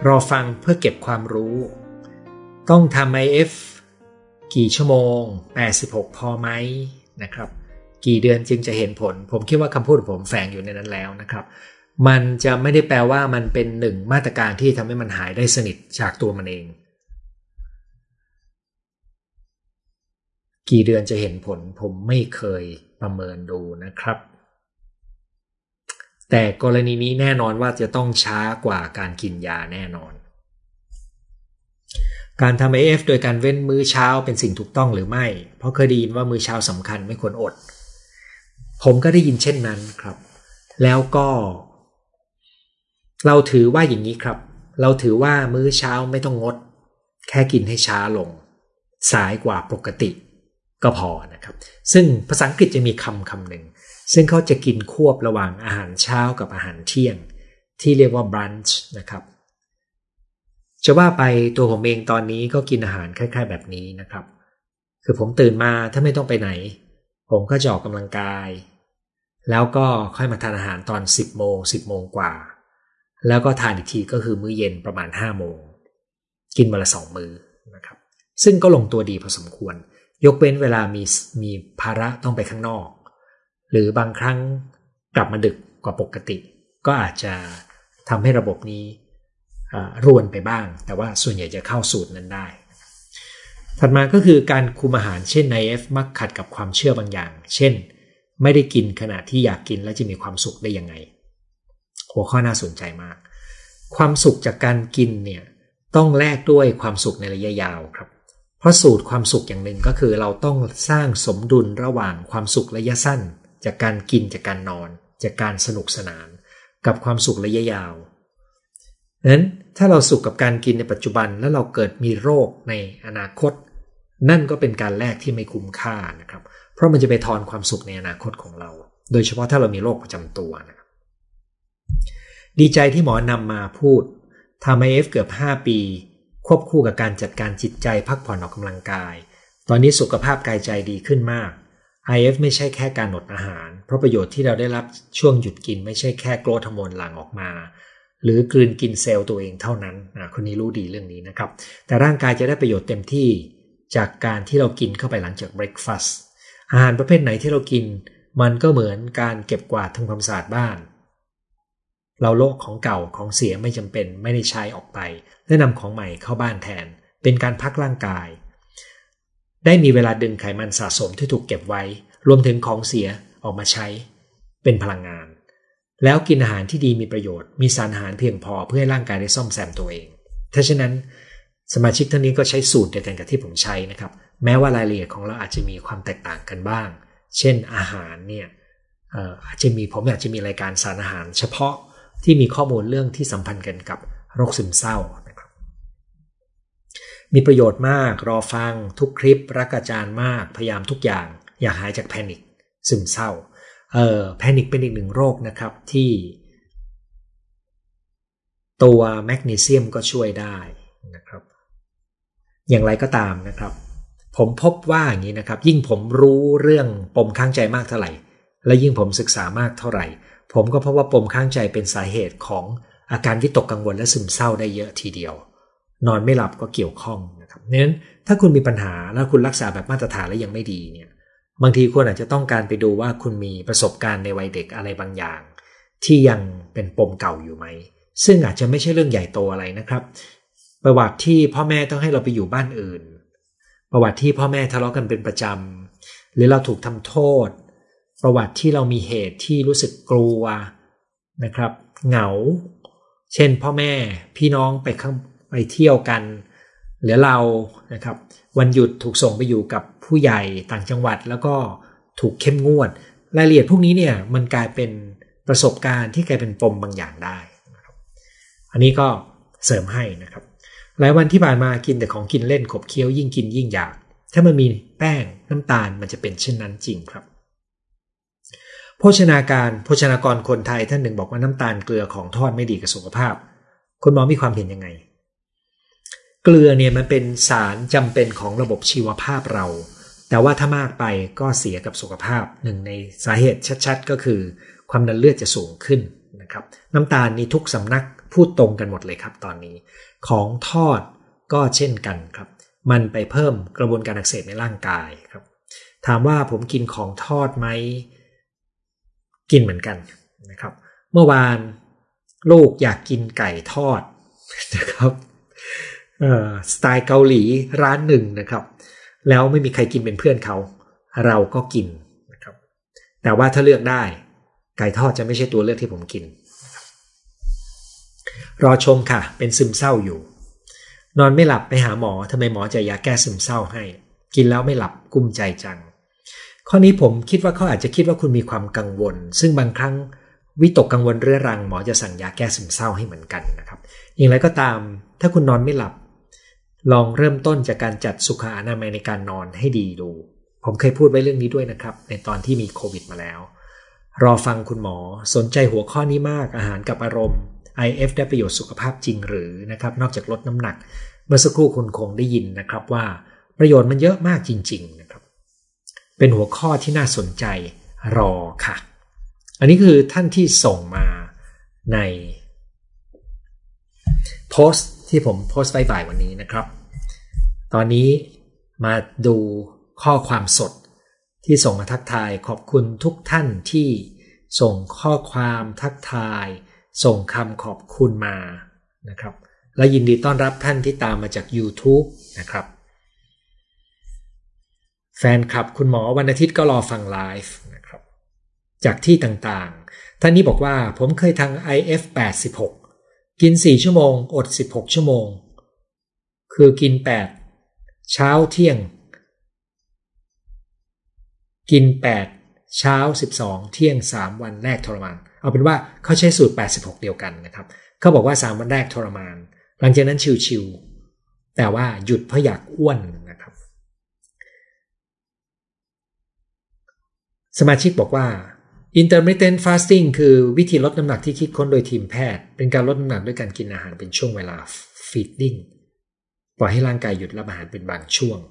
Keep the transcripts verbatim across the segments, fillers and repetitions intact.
รอฟังเพื่อเก็บความรู้ต้องทำ ไอ เอฟ กี่ชั่วโมงแปดสิบหกพอไหมนะครับกี่เดือนจึงจะเห็นผลผมคิดว่าคำพูดผมแฝงอยู่ในนั้นแล้วนะครับมันจะไม่ได้แปลว่ามันเป็นหนึ่งมาตรการที่ทำให้มันหายได้สนิทจากตัวมันเองกี่เดือนจะเห็นผลผมไม่เคยประเมินดูนะครับแต่กรณีนี้แน่นอนว่าจะต้องช้ากว่าการกินยาแน่นอนการทำ ไอ เอฟ โดยการเว้นมื้อเช้าเป็นสิ่งถูกต้องหรือไม่เพราะเคยได้ยินว่ามื้อเช้าสำคัญไม่ควรอดผมก็ได้ยินเช่นนั้นครับแล้วก็เราถือว่าอย่างนี้ครับเราถือว่ามื้อเช้าไม่ต้องงดแค่กินให้ช้าลงสายกว่าปกติก็พอนะครับซึ่งภาษาอังกฤษจะมีคำคำหนึ่งซึ่งเขาจะกินควบระหว่างอาหารเช้ากับอาหารเที่ยงที่เรียกว่า brunch นะครับจะว่าไปตัวผมเองตอนนี้ก็กินอาหารคล้ายๆแบบนี้นะครับคือผมตื่นมาถ้าไม่ต้องไปไหนผมก็จะออกกำลังกายแล้วก็ค่อยมาทานอาหารตอนสิบโมงสิบโมงกว่าแล้วก็ทานอีกทีก็คือมื้อเย็นประมาณห้าโมงกินวันละสองมื้อนะครับซึ่งก็ลงตัวดีพอสมควรยกเว้นเวลามีมีภาระต้องไปข้างนอกหรือบางครั้งกลับมาดึกกว่าปกติก็อาจจะทำให้ระบบนี้รวนไปบ้างแต่ว่าส่วนใหญ่จะเข้าสูตรนั้นได้ถัดมาก็คือการคุมอาหารเช่น ไอ เอฟ มักขัดกับความเชื่อบางอย่างเช่นไม่ได้กินขณะที่อยากกินแล้วจะมีความสุขได้ยังไงหัวข้อน่าสนใจมากความสุขจากการกินเนี่ยต้องแลกด้วยความสุขในระยะยาวครับเพราะสูตรความสุขอย่างหนึ่งก็คือเราต้องสร้างสมดุลระหว่างความสุขระยะสั้นจากการกินจากการนอนจากการสนุกสนานกับความสุขระยะยาวนั้นถ้าเราสุขกับการกินในปัจจุบันแล้วเราเกิดมีโรคในอนาคตนั่นก็เป็นการแลกที่ไม่คุ้มค่านะครับเพราะมันจะไปทอนความสุขในอนาคตของเราโดยเฉพาะถ้าเรามีโรคประจำตัวนะครับดีใจที่หมอนำมาพูดทำ ไอ เอฟ เกือบห้าปีควบคู่กับการจัดการจิตใจพักผ่อนออกกำลังกายตอนนี้สุขภาพกายใจดีขึ้นมาก ไอ เอฟ ไม่ใช่แค่การอดอาหารเพราะประโยชน์ที่เราได้รับช่วงหยุดกินไม่ใช่แค่โกรทฮอร์โมนหลั่งออกมาหรือกลืนกินเซลล์ตัวเองเท่านั้นนะคนนี้รู้ดีเรื่องนี้นะครับแต่ร่างกายจะได้ประโยชน์เต็มที่จากการที่เรากินเข้าไปหลังจากเบรคฟาสต์อาหารประเภทไหนที่เรากินมันก็เหมือนการเก็บกวาดทำความสะอาดบ้านเราโลกของเก่าของเสียไม่จำเป็นไม่ได้ใช้ออกไปและนำของใหม่เข้าบ้านแทนเป็นการพักร่างกายได้มีเวลาดึงไขมันสะสมที่ถูกเก็บไว้รวมถึงของเสียออกมาใช้เป็นพลังงานแล้วกินอาหารที่ดีมีประโยชน์มีสารอาหารเพียงพอเพื่อให้ร่างกายได้ซ่อมแซมตัวเองถ้าเช่นนั้นสมาชิกท่านนี้ก็ใช้สูตรเดียวกันกับที่ผมใช้นะครับแม้ว่ารายละเอียดของเราอาจจะมีความแตกต่างกันบ้างเช่นอาหารเนี่ยเอ่ออาจจะมีผมอยากจะมีรายการสารอาหารเฉพาะที่มีข้อมูลเรื่องที่สัมพันธ์กันกับโรคซึมเศร้านะครับมีประโยชน์มากรอฟังทุกคลิปรักอาจารย์มากพยายามทุกอย่างอยากหายจากแพนิคซึมเศร้าเอ่อแพนิคเป็นอีกหนึ่งโรคนะครับที่ตัวแมกนีเซียมก็ช่วยได้นะครับอย่างไรก็ตามนะครับผมพบว่าอย่างนี้นะครับยิ่งผมรู้เรื่องปมข้างใจมากเท่าไหร่และยิ่งผมศึกษามากเท่าไหร่ผมก็พบว่าปมข้างใจเป็นสาเหตุของอาการวิตกกังวลและซึมเศร้าได้เยอะทีเดียวนอนไม่หลับก็เกี่ยวข้องนะครับเพราะฉะนั้นถ้าคุณมีปัญหาแล้วคุณรักษาแบบมาตรฐานแล้วยังไม่ดีเนี่ยบางทีคุณอาจจะต้องการไปดูว่าคุณมีประสบการณ์ในวัยเด็กอะไรบางอย่างที่ยังเป็นปมเก่าอยู่ไหมซึ่งอาจจะไม่ใช่เรื่องใหญ่โตอะไรนะครับประวัติที่พ่อแม่ต้องให้เราไปอยู่บ้านอื่นประวัติที่พ่อแม่ทะเลาะกันเป็นประจำหรือเราถูกทำโทษประวัติที่เรามีเหตุที่รู้สึกกลัวนะครับเหงาเช่นพ่อแม่พี่น้องไปข้างไปเที่ยวกันหรือเรานะครับวันหยุดถูกส่งไปอยู่กับผู้ใหญ่ต่างจังหวัดแล้วก็ถูกเข้มงวดรายละเอียดพวกนี้เนี่ยมันกลายเป็นประสบการณ์ที่กลายเป็นปมบางอย่างได้นะครับอันนี้ก็เสริมให้นะครับหลายวันที่ผ่านมากินแต่ของกินเล่นขบเคี้ยวยิ่งกินยิ่งอยากถ้ามันมีแป้งน้ำตาลมันจะเป็นเช่นนั้นจริงครับโภชนาการโภชนากรคนไทยท่านหนึ่งบอกว่าน้ำตาลเกลือของทอดไม่ดีกับสุขภาพคุณหมอมีความเห็นยังไงเกลือเนี่ยมันเป็นสารจำเป็นของระบบชีวภาพเราแต่ว่าถ้ามากไปก็เสียกับสุขภาพหนึ่งในสาเหตุชัดๆก็คือความดันเลือดจะสูงขึ้นนะครับน้ำตาลนี่ทุกสำนักพูดตรงกันหมดเลยครับตอนนี้ของทอดก็เช่นกันครับมันไปเพิ่มกระบวนการอักเสบในร่างกายครับถามว่าผมกินของทอดไหมกินเหมือนกันนะครับเมื่อวานลูกอยากกินไก่ทอดนะครับเอ่อสไตล์เกาหลีร้านหนึ่งนะครับแล้วไม่มีใครกินเป็นเพื่อนเขาเราก็กินนะครับแต่ว่าถ้าเลือกได้ไก่ทอดจะไม่ใช่ตัวเลือกที่ผมกินรอชมค่ะเป็นซึมเศร้าอยู่นอนไม่หลับไปหาหมอทำไมหมอจะยาแก้ซึมเศร้าให้กินแล้วไม่หลับกุ้มใจจังข้อนี้ผมคิดว่าเขาอาจจะคิดว่าคุณมีความกังวลซึ่งบางครั้งวิตกกังวลเรื้อรังหมอจะสั่งยาแก้ซึมเศร้าให้เหมือนกันนะครับอย่างไรก็ตามถ้าคุณนอนไม่หลับลองเริ่มต้นจากการจัดสุขอนามัยในการนอนให้ดีดูผมเคยพูดไว้เรื่องนี้ด้วยนะครับในตอนที่มีโควิดมาแล้วรอฟังคุณหมอสนใจหัวข้อนี้มากอาหารกับอารมณ์ ไอ เอฟ ได้ประโยชน์สุขภาพจริงหรือนะครับนอกจากลดน้ำหนักเมื่อสักครู่คุณคงได้ยินนะครับว่าประโยชน์มันเยอะมากจริงๆนะครับเป็นหัวข้อที่น่าสนใจรอค่ะอันนี้คือท่านที่ส่งมาในโพสต์ที่ผมโพสต์บ่ายๆวันนี้นะครับตอนนี้มาดูข้อความสดที่ส่งมาทักทายขอบคุณทุกท่านที่ส่งข้อความทักทายส่งคำขอบคุณมานะครับและยินดีต้อนรับท่านที่ตามมาจาก YouTube นะครับแฟนคลับคุณหมอวันอาทิตย์ก็รอฟังไลฟ์นะครับจากที่ต่างๆท่านนี้บอกว่าผมเคยทาง ไอ เอฟ แปดสิบหกกินสี่ชั่วโมงอดสิบหกชั่วโมงคือกินแปดเช้าเที่ยงกินแปดเช้าสิบสองเที่ยงสามวันแรกทรมานเอาเป็นว่าเขาใช้สูตรแปดสิบหกเดียวกันนะครับเขาบอกว่าสามวันแรกทรมานหลังจากนั้นชิวๆแต่ว่าหยุดเพราะอยากอ้วนนะครับสมาชิกบอกว่า intermittent fasting คือวิธีลดน้ำหนักที่คิดค้นโดยทีมแพทย์เป็นการลดน้ำหนักด้วยการกินอาหารเป็นช่วงเวลา feeding ปล่อยให้ร่างกายหยุดรับอาหารเป็นบางช่วง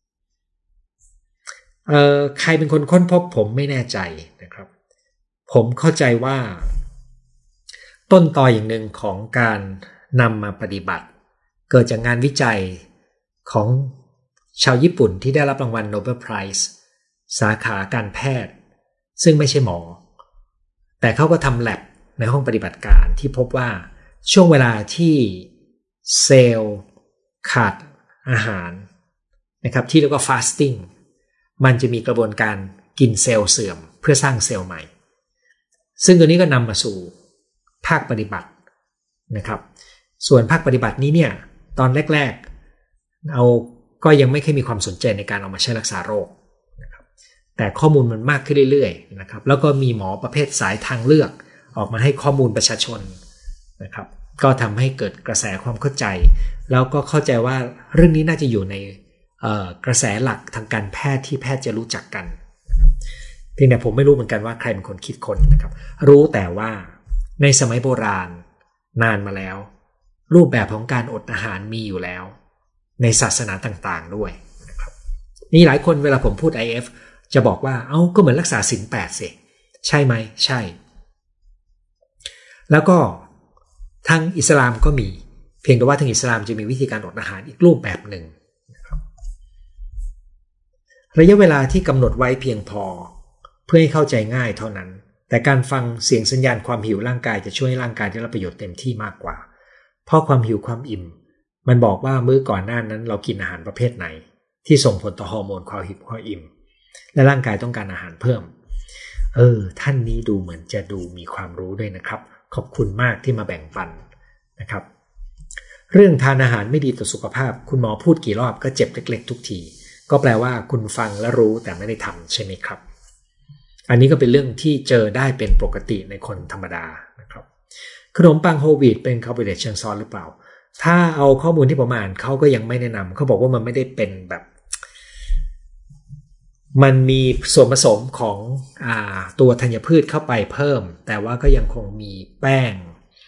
เอ่อใครเป็นคนค้นพบผมไม่แน่ใจนะครับผมเข้าใจว่าต้นตออย่างหนึ่งของการนำมาปฏิบัติเกิดจากงานวิจัยของชาวญี่ปุ่นที่ได้รับรางวัลโนเบลไพรส์สาขาการแพทย์ซึ่งไม่ใช่หมอแต่เขาก็ทำแลบในห้องปฏิบัติการที่พบว่าช่วงเวลาที่เซลล์ขาดอาหารนะครับที่เรียกว่า fasting มันจะมีกระบวนการกินเซลล์เสื่อมเพื่อสร้างเซลล์ใหม่ซึ่งตัวนี้ก็นำมาสู่ภาคปฏิบัตินะครับส่วนภาคปฏิบัตินี้เนี่ยตอนแรกๆเอาก็ยังไม่เคยมีความสนใจในการเอามาใช้รักษาโรคนะครับแต่ข้อมูลมันมากขึ้นเรื่อยๆนะครับแล้วก็มีหมอประเภทสายทางเลือกออกมาให้ข้อมูลประชาชนนะครับก็ทำให้เกิดกระแสความเข้าใจแล้วก็เข้าใจว่าเรื่องนี้น่าจะอยู่ในกระแสหลักทางการแพทย์ที่แพทย์จะรู้จักกันนะครับเพียงแต่ผมไม่รู้เหมือนกันว่าใครเป็นคนคิดค้นนะครับรู้แต่ว่าในสมัยโบราณนานมาแล้วรูปแบบของการอดอาหารมีอยู่แล้วในศาสนาต่างๆด้วยนะครับนี่หลายคนเวลาผมพูด ไอ เอฟ จะบอกว่าเอ้าก็เหมือนรักษาศีลแปดสิใช่ไหมใช่แล้วก็ทางอิสลามก็มีเพียงแต่ว่าทางอิสลามจะมีวิธีการอดอาหารอีกรูปแบบหนึ่งนะครับระยะเวลาที่กำหนดไว้เพียงพอเพื่อให้เข้าใจง่ายเท่านั้นแต่การฟังเสียงสัญญาณความหิวร่างกายจะช่วยให้ร่างกายได้รับประโยชน์เต็มที่มากกว่าเพราะความหิวความอิ่มมันบอกว่ามื้อก่อนหน้านั้นเรากินอาหารประเภทไหนที่ส่งผลต่อฮอร์โมนความหิวความอิ่มและร่างกายต้องการอาหารเพิ่มเออท่านนี้ดูเหมือนจะดูมีความรู้ด้วยนะครับขอบคุณมากที่มาแบ่งปันนะครับเรื่องทานอาหารไม่ดีต่อสุขภาพคุณหมอพูดกี่รอบก็เจ็บเล็กๆทุกทีก็แปลว่าคุณฟังและรู้แต่ไม่ได้ทำใช่ไหมครับอันนี้ก็เป็นเรื่องที่เจอได้เป็นปกติในคนธรรมดานะครับขนมปังโฮลวีตเป็นคาร์โบไฮเดรตเชิงซ้อนหรือเปล่าถ้าเอาข้อมูลที่ผมอ่านเขาก็ยังไม่แนะนำเขาบอกว่ามันไม่ได้เป็นแบบมันมีส่วนผสมของอ่าตัวธัญพืชเข้าไปเพิ่มแต่ว่าก็ยังคงมีแป้ง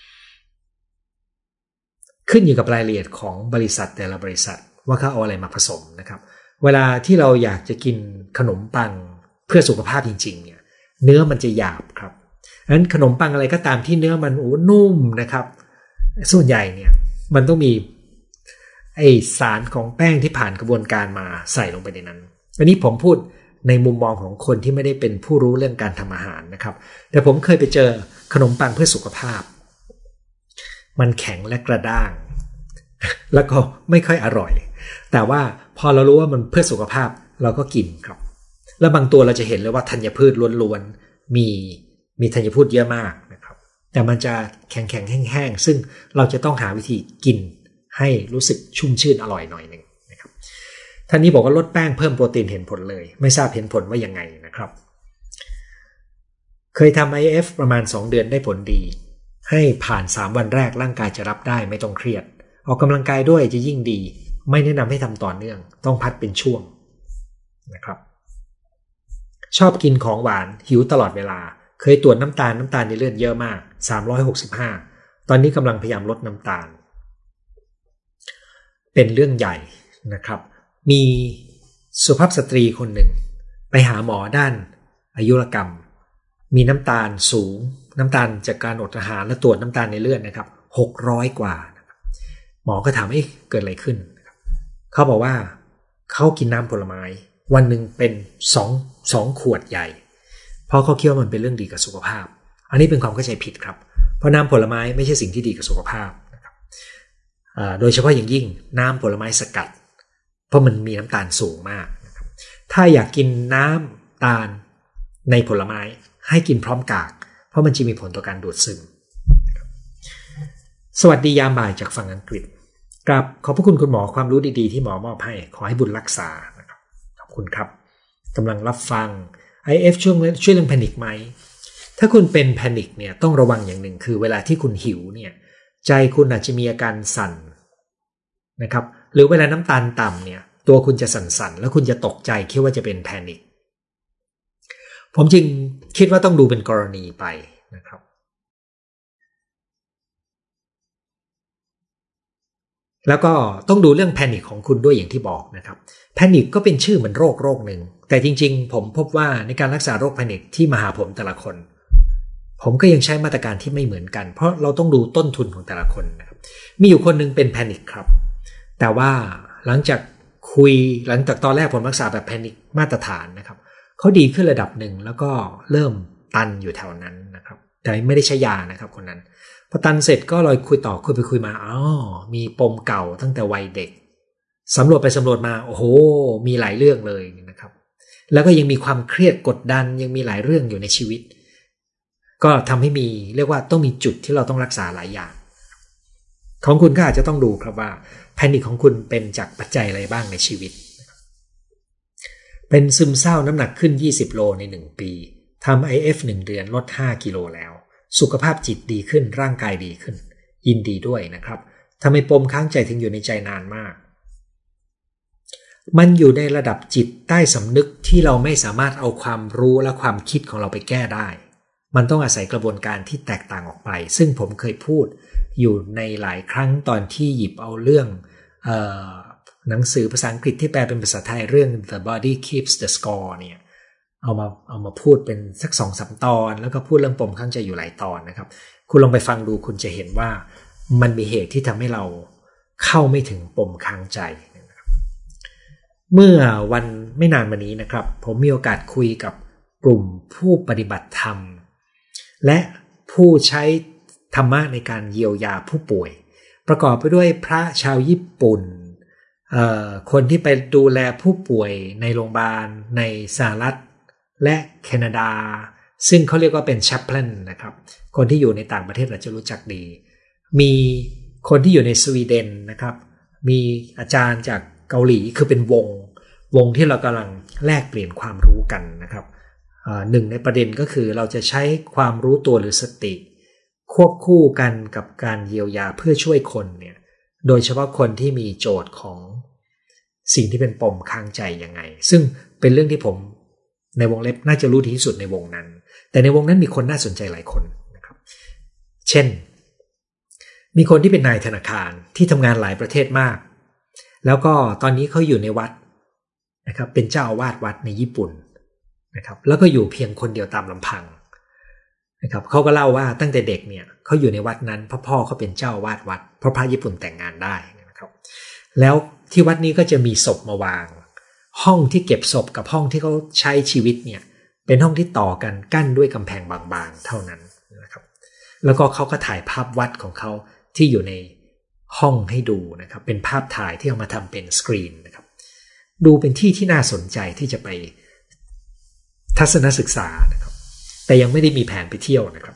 ขึ้นอยู่กับรายละเอียดของบริษัทแต่ละบริษัทว่าเขาเอาอะไรมาผสมนะครับเวลาที่เราอยากจะกินขนมปังเพื่อสุขภาพจริงๆเนี่ยเนื้อมันจะหยาบครับงั้นขนมปังอะไรก็ตามที่เนื้อมันโอ้นุ่มนะครับส่วนใหญ่เนี่ยมันต้องมีไอสารของแป้งที่ผ่านกระบวนการมาใส่ลงไปในนั้นอันนี้ผมพูดในมุมมองของคนที่ไม่ได้เป็นผู้รู้เรื่องการทำอาหารนะครับแต่ผมเคยไปเจอขนมปังเพื่อสุขภาพมันแข็งและกระด้างแล้วก็ไม่ค่อยอร่อยแต่ว่าพอเรารู้ว่ามันเพื่อสุขภาพเราก็กินครับแล้วบางตัวเราจะเห็นเลยว่าธัญพืชล้วนๆมีมีธัญพืชเยอะมากนะครับแต่มันจะแข็งๆแห้งๆซึ่งเราจะต้องหาวิธีกินให้รู้สึกชุ่มชื่นอร่อยหน่อยนึงนะครับท่านนี้บอกว่าลดแป้งเพิ่มโปรตีนเห็นผลเลยไม่ทราบเห็นผลว่ายังไงนะครับเคยทำ ไอ เอฟ ประมาณสองเดือนได้ผลดีให้ผ่านสามวันแรกร่างกายจะรับได้ไม่ต้องเครียดออกกำลังกายด้วยจะยิ่งดีไม่แนะนำให้ทำต่อเนื่องต้องพัดเป็นช่วงนะครับชอบกินของหวานหิวตลอดเวลาเคยตรวจน้ำตาลน้ำตาลในเลือดเยอะมากสามร้อยหกสิบห้าตอนนี้กำลังพยายามลดน้ำตาลเป็นเรื่องใหญ่นะครับมีสุภาพสตรีคนหนึ่งไปหาหมอด้านอายุรกรรมมีน้ำตาลสูงน้ำตาลจากการอดอาหารและตรวจน้ำตาลในเลือดนะครับหกร้อยกว่านะครับหมอก็ถามเอ๊ะเกิดอะไรขึ้นเขาบอกว่าเขากินน้ำผลไม้วันหนึ่งเป็นสอง สองขวดใหญ่เพราะเขาคิดว่ามันเป็นเรื่องดีกับสุขภาพอันนี้เป็นความเข้าใจผิดครับเพราะน้ำผลไม้ไม่ใช่สิ่งที่ดีกับสุขภาพนะครับโดยเฉพาะอย่างยิ่งน้ำผลไม้สกัดเพราะมันมีน้ำตาลสูงมากนะครับถ้าอยากกินน้ำตาลในผลไม้ให้กินพร้อมกากเพราะมันจะมีผลต่อการดูดซึมสวัสดียามบ่ายจากฝั่งอังกฤษกับขอบพระคุณคุณหมอความรู้ดีๆที่หมอมอบให้ขอให้บุญรักษานะครับขอบคุณครับกำลังรับฟัง ไอ เอฟ ช่วยช่วยเรื่องแพนิคไหมถ้าคุณเป็นแพนิคเนี่ยต้องระวังอย่างหนึ่งคือเวลาที่คุณหิวเนี่ยใจคุณอาจจะมีอาการสั่นนะครับหรือเวลาน้ำตาลต่ำเนี่ยตัวคุณจะสั่นๆแล้วคุณจะตกใจคิดว่าจะเป็นแพนิคผมจึงคิดว่าต้องดูเป็นกรณีไปนะครับแล้วก็ต้องดูเรื่องแพนิคของคุณด้วยอย่างที่บอกนะครับแพนิคก็เป็นชื่อเหมือนโรคโรคหนึ่งแต่จริงๆผมพบว่าในการรักษาโรคแพนิคที่มาหาผมแต่ละคนผมก็ยังใช้มาตรการที่ไม่เหมือนกันเพราะเราต้องดูต้นทุนของแต่ละคนนะครับมีอยู่คนนึงเป็นแพนิคครับแต่ว่าหลังจากคุยหลังจากตอนแรกผมรักษาแบบแพนิคมาตรฐานนะครับเขาดีขึ้นระดับหนึ่งแล้วก็เริ่มตันอยู่แถวนั้นนะครับแต่ไม่ได้ใช้ยานะครับคนนั้นพอตันเสร็จก็เลยคุยต่อคุยไปคุยมาอ๋อมีปมเก่าตั้งแต่วัยเด็กสำรวจไปสำรวจมาโอ้โหมีหลายเรื่องเลยนะครับแล้วก็ยังมีความเครียดกดดันยังมีหลายเรื่องอยู่ในชีวิตก็ทำให้มีเรียกว่าต้องมีจุดที่เราต้องรักษาหลายอย่างของคุณก็อาจจะต้องดูครับว่าแพนิคของคุณเป็นจากปัจจัยอะไรบ้างในชีวิตเป็นซึมเศร้าน้ำหนักขึ้นยี่สิบโลในหนึ่งปีทำ ไอ เอฟ หนึ่งเดือนลดห้ากิโลแล้วสุขภาพจิตดีขึ้นร่างกายดีขึ้นยินดีด้วยนะครับทำไมปมค้างใจถึงอยู่ในใจนานมากมันอยู่ในระดับจิตใต้สำนึกที่เราไม่สามารถเอาความรู้และความคิดของเราไปแก้ได้มันต้องอาศัยกระบวนการที่แตกต่างออกไปซึ่งผมเคยพูดอยู่ในหลายครั้งตอนที่หยิบเอาเรื่องเอ่อหนังสือภาษาอังกฤษที่แปลเป็นภาษาไทยเรื่อง The Body Keeps the Score เนี่ยเอามาเอามาพูดเป็นสัก สองสาม ตอนแล้วก็พูดเรื่องปมข้างใจอยู่หลายตอนนะครับคุณลองไปฟังดูคุณจะเห็นว่ามันมีเหตุที่ทำให้เราเข้าไม่ถึงปมข้างใจนะครับเมื่อวันไม่นานมานี้นะครับผมมีโอกาสคุยกับกลุ่มผู้ปฏิบัติธรรมและผู้ใช้ธรรมะในการเยียวยาผู้ป่วยประกอบไปด้วยพระชาวญี่ปุ่นคนที่ไปดูแลผู้ป่วยในโรงพยาบาลในสหรัฐและแคนาดาซึ่งเขาเรียกว่าเป็นแชปเพลนนะครับคนที่อยู่ในต่างประเทศอาจจะรู้จักดีมีคนที่อยู่ในสวีเดนนะครับมีอาจารย์จากเกาหลีคือเป็นวงวงที่เรากำลังแลกเปลี่ยนความรู้กันนะครับหนึ่งในประเด็นก็คือเราจะใช้ความรู้ตัวหรือสติควบคู่กันกับการเยียวยาเพื่อช่วยคนเนี่ยโดยเฉพาะคนที่มีโจทย์ของสิ่งที่เป็นปมข้างใจยังไงซึ่งเป็นเรื่องที่ผมในวงเล็บน่าจะรู้ดีที่สุดในวงนั้นแต่ในวงนั้นมีคนน่าสนใจหลายคนนะครับเช่นมีคนที่เป็นนายธนาคารที่ทำงานหลายประเทศมากแล้วก็ตอนนี้เขาอยู่ในวัดนะครับเป็นเจ้าอาวาสวัดในญี่ปุ่นนะครับแล้วก็อยู่เพียงคนเดียวตามลำพังนะครับเขาก็เล่าว่าตั้งแต่เด็กเนี่ยเขาอยู่ในวัดนั้นเพราะพ่อเขาเป็นเจ้าวาดวัดเพราะพระญี่ปุ่นแต่งงานได้นะครับแล้วที่วัดนี้ก็จะมีศพมาวางห้องที่เก็บศพกับห้องที่เขาใช้ชีวิตเนี่ยเป็นห้องที่ต่อกันกั้นด้วยกำแพงบางๆเท่านั้นนะครับแล้วก็เขาก็ถ่ายภาพวัดของเขาที่อยู่ในห้องให้ดูนะครับเป็นภาพถ่ายที่เอามาทำเป็นสกรีนนะครับดูเป็นที่ที่น่าสนใจที่จะไปทัศนศึกษานะครับแต่ยังไม่ได้มีแผนไปเที่ยวนะครับ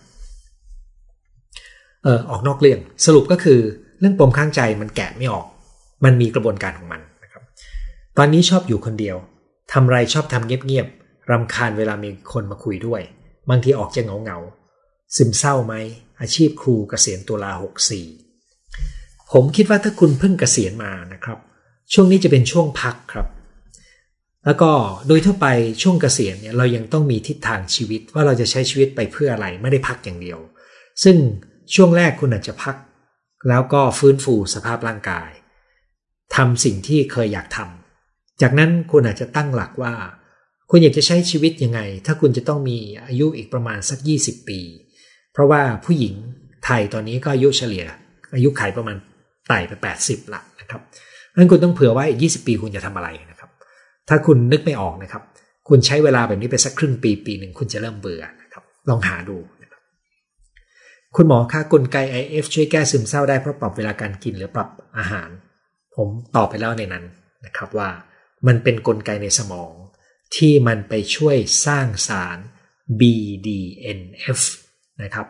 เออออกนอกเรื่องสรุปก็คือเรื่องปมข้างใจมันแกะไม่ออกมันมีกระบวนการของมันนะครับตอนนี้ชอบอยู่คนเดียวทำไรชอบทำเงียบๆรำคาญเวลามีคนมาคุยด้วยบางทีออกจะเหงาๆซึมเศร้าไหมอาชีพครูเกษียณตุลาหกสี่ผมคิดว่าถ้าคุณเพิ่งเกษียณมานะครับช่วงนี้จะเป็นช่วงพักครับแล้วก็โดยทั่วไปช่วงเกษียณเนี่ยเรายังต้องมีทิศทางชีวิตว่าเราจะใช้ชีวิตไปเพื่ออะไรไม่ได้พักอย่างเดียวซึ่งช่วงแรกคุณอาจจะพักแล้วก็ฟื้นฟูสภาพร่างกายทำสิ่งที่เคยอยากทำจากนั้นคุณอาจจะตั้งหลักว่าคุณอยากจะใช้ชีวิตยังไงถ้าคุณจะต้องมีอายุอีกประมาณสักยี่สิบปีเพราะว่าผู้หญิงไทยตอนนี้ก็อายุเฉลี่ยอายุขัยประมาณไต่ไปแปดสิบละนะครับงั้นคุณต้องเผื่อว่าอีกยี่สิบปีคุณจะทำอะไรนะครับถ้าคุณนึกไม่ออกนะครับคุณใช้เวลาแบบนี้ไปสักครึ่งปีปีหนึ่งคุณจะเริ่มเบื่อนะครับลองหาดูนะครับคุณหมอคะกลไก ไอ เอฟ ช่วยแก้ซึมเศร้าได้เพราะปรับเวลาการกินหรือปรับอาหารผมตอบไปแล้วในนั้นนะครับว่ามันเป็นกลไกในสมองที่มันไปช่วยสร้างสาร บี ดี เอ็น เอฟ นะครับ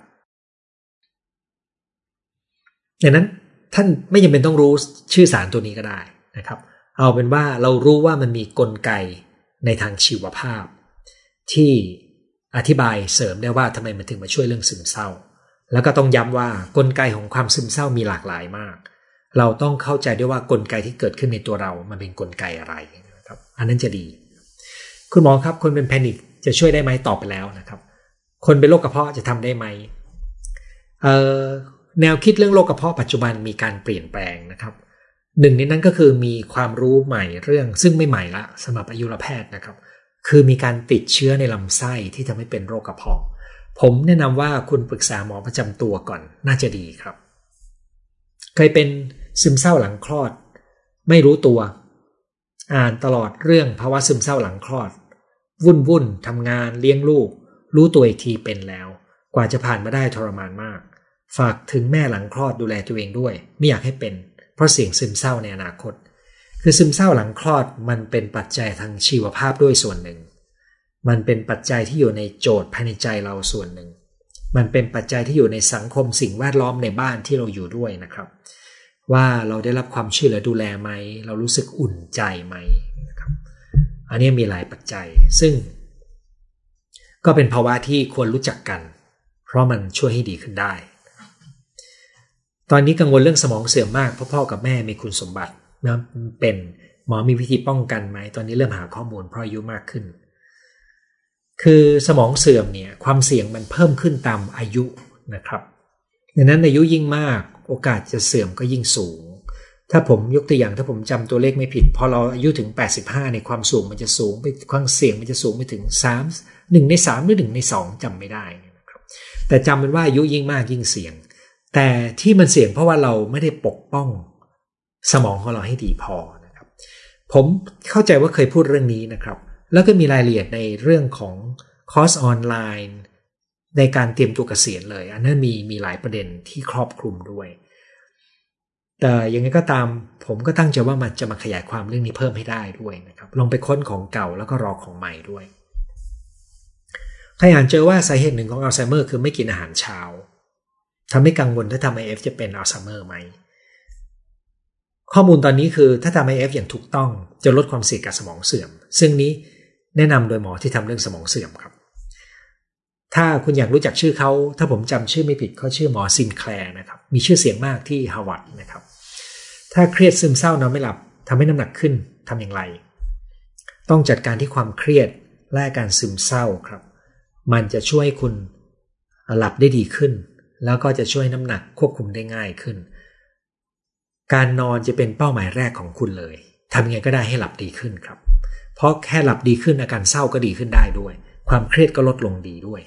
ดังนั้นท่านไม่จำเป็นต้องรู้ชื่อสารตัวนี้ก็ได้นะครับเอาเป็นว่าเรารู้ว่ามันมีกลไกในทางชีวภาพที่อธิบายเสริมได้ว่าทำไมมันถึงมาช่วยเรื่องซึมเศร้าแล้วก็ต้องย้ำว่ากลไกของความซึมเศร้ามีหลากหลายมากเราต้องเข้าใจด้วยว่ากลไกที่เกิดขึ้นในตัวเรามันเป็นกลไกอะไรนะครับอันนั้นจะดีคุณหมอครับคนเป็นแพนิคจะช่วยได้ไหมตอบไปแล้วนะครับคนเป็นโรคกระเพาะจะทำได้ไหมเอ่อแนวคิดเรื่องโรคกระเพาะปัจจุบันมีการเปลี่ยนแปลงนะครับหนึ่งในนั้นก็คือมีความรู้ใหม่เรื่องซึ่งไม่ใหม่ละสำหรับอายุรแพทย์นะครับคือมีการติดเชื้อในลำไส้ที่ทำให้เป็นโรคกระเพาะผมแนะนำว่าคุณปรึกษาหมอประจำตัวก่อนน่าจะดีครับเคยเป็นซึมเศร้าหลังคลอดไม่รู้ตัวอ่านตลอดเรื่องภาวะซึมเศร้าหลังคลอดวุ่นวุ่นทำงานเลี้ยงลูกรู้ตัวอีกทีเป็นแล้วกว่าจะผ่านมาได้ทรมานมากฝากถึงแม่หลังคลอดดูแลตัวเองด้วยไม่อยากให้เป็นเพราะเสี่ยงซึมเศร้าในอนาคตคือซึมเศร้าหลังคลอดมันเป็นปัจจัยทางชีวภาพด้วยส่วนหนึ่งมันเป็นปัจจัยที่อยู่ในโจทย์ภายในใจเราส่วนหนึ่งมันเป็นปัจจัยที่อยู่ในสังคมสิ่งแวดล้อมในบ้านที่เราอยู่ด้วยนะครับว่าเราได้รับความช่วยเหลือดูแลไหมเรารู้สึกอุ่นใจไหมนะครับอันนี้มีหลายปัจจัยซึ่งก็เป็นภาวะที่ควรรู้จักกันเพราะมันช่วยให้ดีขึ้นได้ตอนนี้กังวลเรื่องสมองเสื่อมมากเพราะพ่อกับแม่มีคุณสมบัตินะเป็นหมอมีวิธีป้องกันไหมตอนนี้เริ่มหาข้อมูลเพราะอายุมากขึ้นคือสมองเสื่อมเนี่ยความเสี่ยงมันเพิ่มขึ้นตามอายุนะครับดังนั้นอายุยิ่งมากโอกาสจะเสื่อมก็ยิ่งสูงถ้าผมยกตัวอย่างถ้าผมจำตัวเลขไม่ผิดพอเราอายุถึงแปดสิบห้าในความสูงมันจะสูงไปความเสี่ยงมันจะสูงไปถึงสาม หนึ่งในสามหรือหนึ่งในสองจำไม่ได้นะครับแต่จำเป็นว่าอายุยิ่งมากยิ่งเสี่ยงแต่ที่มันเสี่ยงเพราะว่าเราไม่ได้ปกป้องสมองของเราให้ดีพอนะครับผมเข้าใจว่าเคยพูดเรื่องนี้นะครับแล้วก็มีรายละเอียดในเรื่องของคอร์สออนไลน์ในการเตรียมตัวเกษียณเลยอันนั้นมีมีหลายประเด็นที่ครอบคลุมด้วยแต่ยังไงก็ตามผมก็ตั้งใจว่ามันจะมาขยายความเรื่องนี้เพิ่มให้ได้ด้วยนะครับลองไปค้นของเก่าแล้วก็รอของใหม่ด้วยใครอ่านเจอว่าสาเหตุหนึ่งของอัลไซเมอร์คือไม่กินอาหารเช้าทำให้กังวลถ้าทำ ไอ เอฟ จะเป็นอัลไซเมอร์ไหมข้อมูลตอนนี้คือถ้าทำ ไอ เอฟ อย่างถูกต้องจะลดความเสี่ยงกับสมองเสื่อมซึ่งนี้แนะนำโดยหมอที่ทำเรื่องสมองเสื่อมครับถ้าคุณอยากรู้จักชื่อเขาถ้าผมจำชื่อไม่ผิดเขาชื่อหมอซินแคลร์นะครับมีชื่อเสียงมากที่ฮาร์วาร์ดนะครับถ้าเครียดซึมเศร้านอนไม่หลับทำให้น้ำหนักขึ้นทำอย่างไรต้องจัดการที่ความเครียดและการซึมเศร้าครับมันจะช่วยคุณหลับได้ดีขึ้นแล้วก็จะช่วยน้ำหนักควบคุมได้ง่ายขึ้นการนอนจะเป็นเป้าหมายแรกของคุณเลยทำยังไงก็ได้ให้หลับดีขึ้นครับเพราะแค่หลับดีขึ้นอาการเศร้าก็ดีขึ้นได้ด้วยความเครียดก็ลดลงดีด้วยนะครับ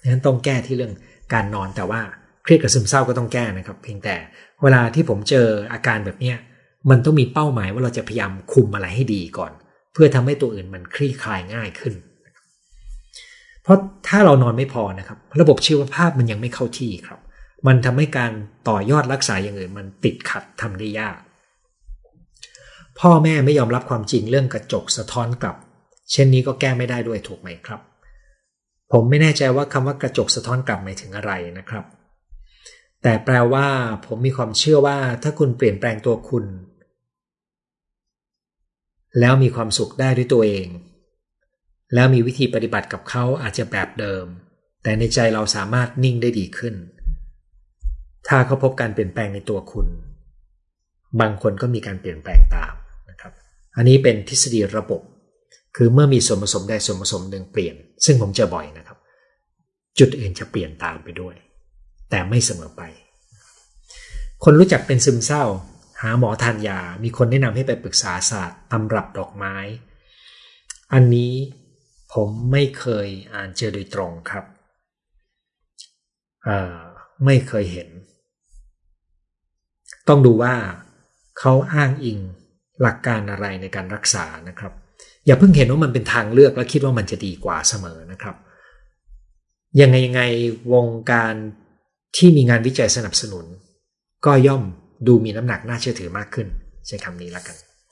นั้นต้องแก้ที่เรื่องการนอนแต่ว่าเครียดกับซึมเศร้าก็ต้องแก้นะครับเพียงแต่เวลาที่ผมเจออาการแบบเนี้ยมันต้องมีเป้าหมายว่าเราจะพยายามคุมอะไรให้ดีก่อนเพื่อทำให้ตัวอื่นมันคลี่คลายง่ายขึ้นเพราะถ้าเรานอนไม่พอนะครับระบบชีวภาพมันยังไม่เข้าที่ครับมันทำให้การต่อยอดรักษาอย่างอื่นมันติดขัดทำได้ยากพ่อแม่ไม่ยอมรับความจริงเรื่องกระจกสะท้อนกลับเช่นนี้ก็แก้ไม่ได้ด้วยถูกไหมครับผมไม่แน่ใจว่าคำว่ากระจกสะท้อนกลับหมายถึงอะไรนะครับแต่แปลว่าผมมีความเชื่อว่าถ้าคุณเปลี่ยนแปลงตัวคุณแล้วมีความสุขได้ด้วยตัวเองแล้วมีวิธีปฏิบัติกับเขาอาจจะแบบเดิมแต่ในใจเราสามารถนิ่งได้ดีขึ้นถ้าเขาพบการเปลี่ยนแปลงในตัวคุณบางคนก็มีการเปลี่ยนแปลงตามนะครับอันนี้เป็นทฤษฎีระบบคือเมื่อมีส่วนผสมใดส่วนผสมหนึ่งเปลี่ยนซึ่งผมเจอบ่อยนะครับจุดอื่นจะเปลี่ยนตามไปด้วยแต่ไม่เสมอไปคนรู้จักเป็นซึมเศร้าหาหมอทานยามีคนแนะนำให้ไปปรึกษาศาสตร์ตำรับดอกไม้อันนี้ผมไม่เคยอ่านเจอโดยตรงครับเอ่อไม่เคยเห็นต้องดูว่าเขาอ้างอิงหลักการอะไรในการรักษานะครับอย่าเพิ่งเห็นว่ามันเป็นทางเลือกแล้วคิดว่ามันจะดีกว่าเสมอนะครับยังไงยังไงวงการที่มีงานวิจัยสนับสนุนก็ย่อมดูมีน้ำหนักน่าเชื่อถือมากขึ้นใช้คำนี้ละกัน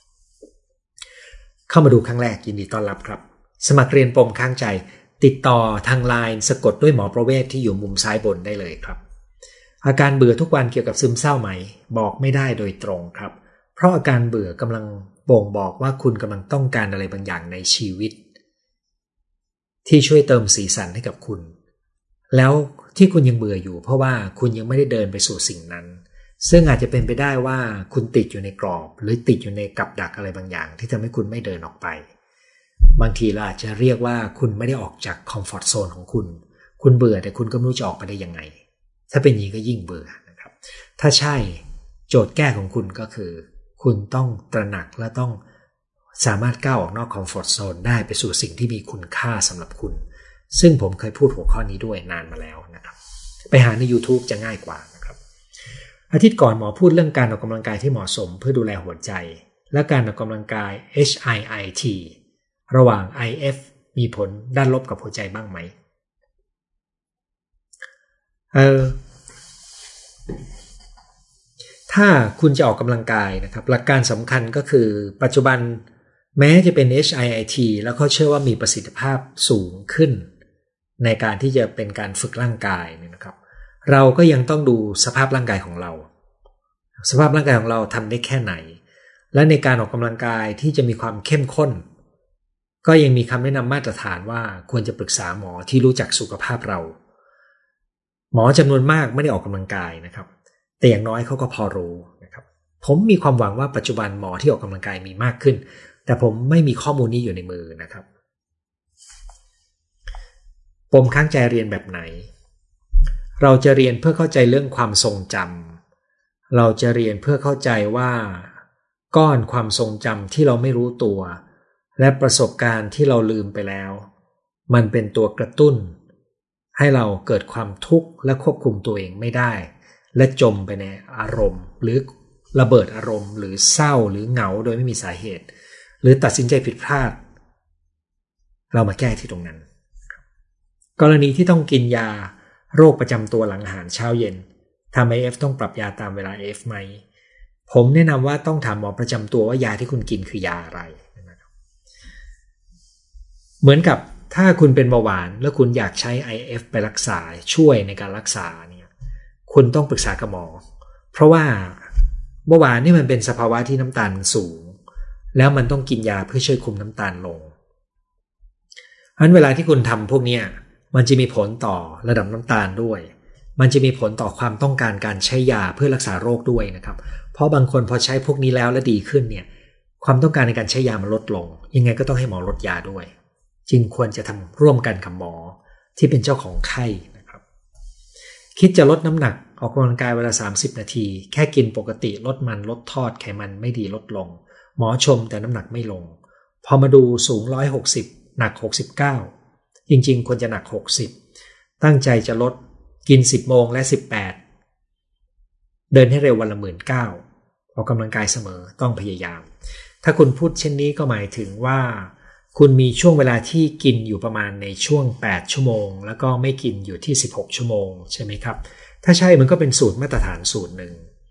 เข้ามาดูครั้งแรกยินดีต้อนรับครับสมัครเรียนปมข้างใจติดต่อทางไลน์สะกดด้วยหมอประเวศที่อยู่มุมซ้ายบนได้เลยครับอาการเบื่อทุกวันเกี่ยวกับซึมเศร้าไหมบอกไม่ได้โดยตรงครับเพราะอาการเบื่อกำลังบ่งบอกว่าคุณกำลังต้องการอะไรบางอย่างในชีวิตที่ช่วยเติมสีสันให้กับคุณแล้วที่คุณยังเบื่ออยู่เพราะว่าคุณยังไม่ได้เดินไปสู่สิ่งนั้นซึ่งอาจจะเป็นไปได้ว่าคุณติดอยู่ในกรอบหรือติดอยู่ในกับดักอะไรบางอย่างที่ทำให้คุณไม่เดินออกไปบางทีเราอาจจะเรียกว่าคุณไม่ได้ออกจากคอมฟอร์ทโซนของคุณคุณเบื่อแต่คุณก็ไม่รู้จะออกไปได้ยังไงถ้าเป็นอย่างนี้ก็ยิ่งเบื่อนะครับถ้าใช่โจทย์แก้ของคุณก็คือคุณต้องตระหนักและต้องสามารถก้าวออกนอกคอมฟอร์ทโซนได้ไปสู่สิ่งที่มีคุณค่าสำหรับคุณซึ่งผมเคยพูดหัวข้อนี้ด้วยนานมาแล้วนะครับไปหาใน YouTube จะง่ายกว่านะครับอาทิตย์ก่อนหมอพูดเรื่องการออกกำลังกายที่เหมาะสมเพื่อดูแลหัวใจและการออกกำลังกาย เอช ไอ ไอ ที ระหว่าง ไอ เอฟ มีผลด้านลบกับหัวใจบ้างไหมเออถ้าคุณจะออกกำลังกายนะครับหลักการสำคัญก็คือปัจจุบันแม้จะเป็น เอช ไอ ไอ ที แล้วก็เชื่อว่ามีประสิทธิภาพสูงขึ้นในการที่จะเป็นการฝึกร่างกายนะครับเราก็ยังต้องดูสภาพร่างกายของเราสภาพร่างกายของเราทำได้แค่ไหนและในการออกกำลังกายที่จะมีความเข้มข้นก็ยังมีคำแนะนำมาตรฐานว่าควรจะปรึกษาหมอที่รู้จักสุขภาพเราหมอจำนวนมากไม่ได้ออกกำลังกายนะครับแต่อย่างน้อยเขาก็พอรู้นะครับผมมีความหวังว่าปัจจุบันหมอที่ออกกำลังกายมีมากขึ้นแต่ผมไม่มีข้อมูลนี้อยู่ในมือนะครับปมข้างใจเรียนแบบไหนเราจะเรียนเพื่อเข้าใจเรื่องความทรงจำเราจะเรียนเพื่อเข้าใจว่าก้อนความทรงจำที่เราไม่รู้ตัวและประสบการณ์ที่เราลืมไปแล้วมันเป็นตัวกระตุ้นให้เราเกิดความทุกข์และควบคุมตัวเองไม่ได้และจมไปในอารมณ์หรือระเบิดอารมณ์หรือเศร้าหรือเหงาโดยไม่มีสาเหตุหรือตัดสินใจผิดพลาดเรามาแก้ที่ตรงนั้นกรณีที่ต้องกินยาโรคประจำตัวหลังอาหารเช้าเย็นทำ ไอ เอฟ ต้องปรับยาตามเวลา เอ เอฟ ไหมผมแนะนำว่าต้องถามหมอประจำตัวว่ายาที่คุณกินคือยาอะไรนะครับเหมือนกับถ้าคุณเป็นเบาหวานแล้วคุณอยากใช้ ไอ เอฟ ไปรักษาช่วยในการรักษาเนี่ยคุณต้องปรึกษากับหมอเพราะว่าเบาหวานนี่มันเป็นสภาวะที่น้ำตาลสูงแล้วมันต้องกินยาเพื่อช่วยคุมน้ำตาลลงเพราะฉะนั้นเวลาที่คุณทำพวกนี้มันจะมีผลต่อระดับน้ำตาลด้วยมันจะมีผลต่อความต้องการการใช้ยาเพื่อรักษาโรคด้วยนะครับเพราะบางคนพอใช้พวกนี้แล้วและดีขึ้นเนี่ยความต้องการในการใช้ยามันลดลงยังไงก็ต้องให้หมอลดยาด้วยจึงควรจะทำร่วมกันกับหมอที่เป็นเจ้าของไข้นะครับคิดจะลดน้ำหนักออกกำลังกายเวลาสามสิบนาทีแค่กินปกติลดมันลดทอดไขมันไม่ดีลดลงหมอชมแต่น้ำหนักไม่ลงพอมาดูสูงหนึ่งร้อยหกสิบหนักหกสิบเก้าจริงๆควรจะหนักหกสิบตั้งใจจะลดกินสิบโมงและสิบแปดเดินให้เร็ววันละหมื่นเก้าออกกำลังกายเสมอต้องพยายามถ้าคุณพูดเช่นนี้ก็หมายถึงว่าคุณมีช่วงเวลาที่กินอยู่ประมาณในช่วงแปดชั่วโมงแล้วก็ไม่กินอยู่ที่สิบหกชั่วโมงใช่ไหมครับถ้าใช่มันก็เป็นสูตรมาตรฐานสูตรหนึ่ง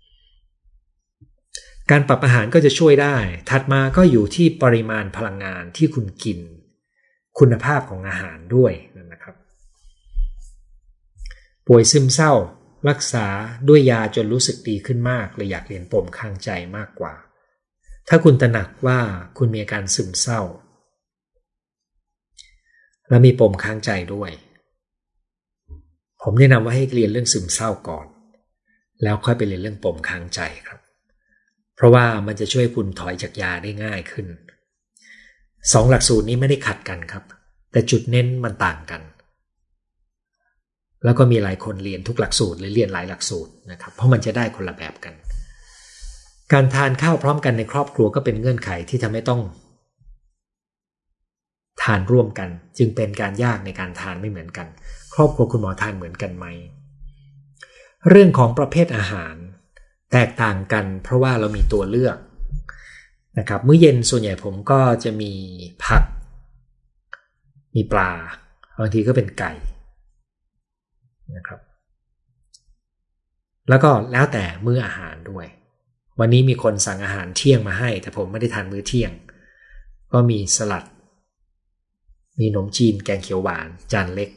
การปรับอาหารก็จะช่วยได้ถัดมาก็อยู่ที่ปริมาณพลังงานที่คุณกินคุณภาพของอาหารด้วยนะครับป่วยซึมเศร้ารักษาด้วยยาจนรู้สึกดีขึ้นมากเลยอยากเรียนปมข้างใจมากกว่าถ้าคุณตระหนักว่าคุณมีอาการซึมเศร้าและมีปมข้างใจด้วยผมแนะนำว่าให้เรียนเรื่องซึมเศร้าก่อนแล้วค่อยไปเรียนเรื่องปมข้างใจครับเพราะว่ามันจะช่วยคุณถอยจากยาได้ง่ายขึ้นสองหลักสูตรนี้ไม่ได้ขัดกันครับแต่จุดเน้นมันต่างกันแล้วก็มีหลายคนเรียนทุกหลักสูตรหรือเรียนหลายหลักสูตรนะครับเพราะมันจะได้คนละแบบกันการทานข้าวพร้อมกันในครอบครัวก็เป็นเงื่อนไขที่ทำให้ต้องทานร่วมกันจึงเป็นการยากในการทานไม่เหมือนกันครอบครัวคุณหมอทานเหมือนกันไหมเรื่องของประเภทอาหารแตกต่างกันเพราะว่าเรามีตัวเลือกนะครับมื้อเย็นส่วนใหญ่ผมก็จะมีผักมีปลาบางทีก็เป็นไก่นะครับแล้วก็แล้วแต่มื้ออาหารด้วยวันนี้มีคนสั่งอาหารเที่ยงมาให้แต่ผมไม่ได้ทานมื้อเที่ยงก็มีสลัดมีขนมจีนแกงเขียวหวานจานเล็ก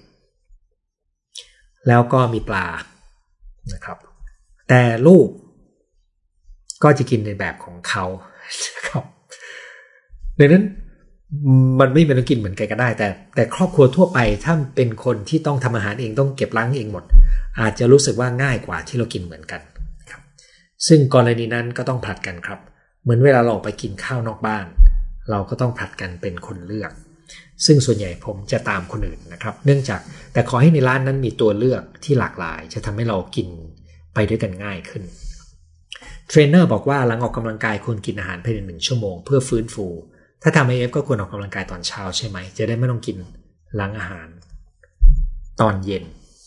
แล้วก็มีปลานะครับแต่ลูกก็จะกินในแบบของเขาครับดังนั้นมันไม่เป็นต้องกินเหมือนกันก็ได้แต่แต่ครอบครัวทั่วไปถ้าเป็นคนที่ต้องทำอาหารเองต้องเก็บล้างเองหมดอาจจะรู้สึกว่าง่ายกว่าที่เรากินเหมือนกันครับซึ่งกรณีนั้นก็ต้องผลัดกันครับเหมือนเวลาเราไปกินข้าวนอกบ้านเราก็ต้องผลัดกันเป็นคนเลือกซึ่งส่วนใหญ่ผมจะตามคนอื่นนะครับเนื่องจากแต่ขอให้ในร้านนั้นมีตัวเลือกที่หลากหลายจะทำให้เรากินไปด้วยกันง่ายขึ้นเทรนเนอร์บอกว่าหลังออกกำลังกายควรกินอาหารภายในหนึ่งชั่วโมงเพื่อฟื้นฟูถ้าทำ ไอ เอฟ ก็ควรออกกำลังกายตอนเช้าใช่ไหมจะได้ไม่ต้องกินหลังอาหารตอนเย็น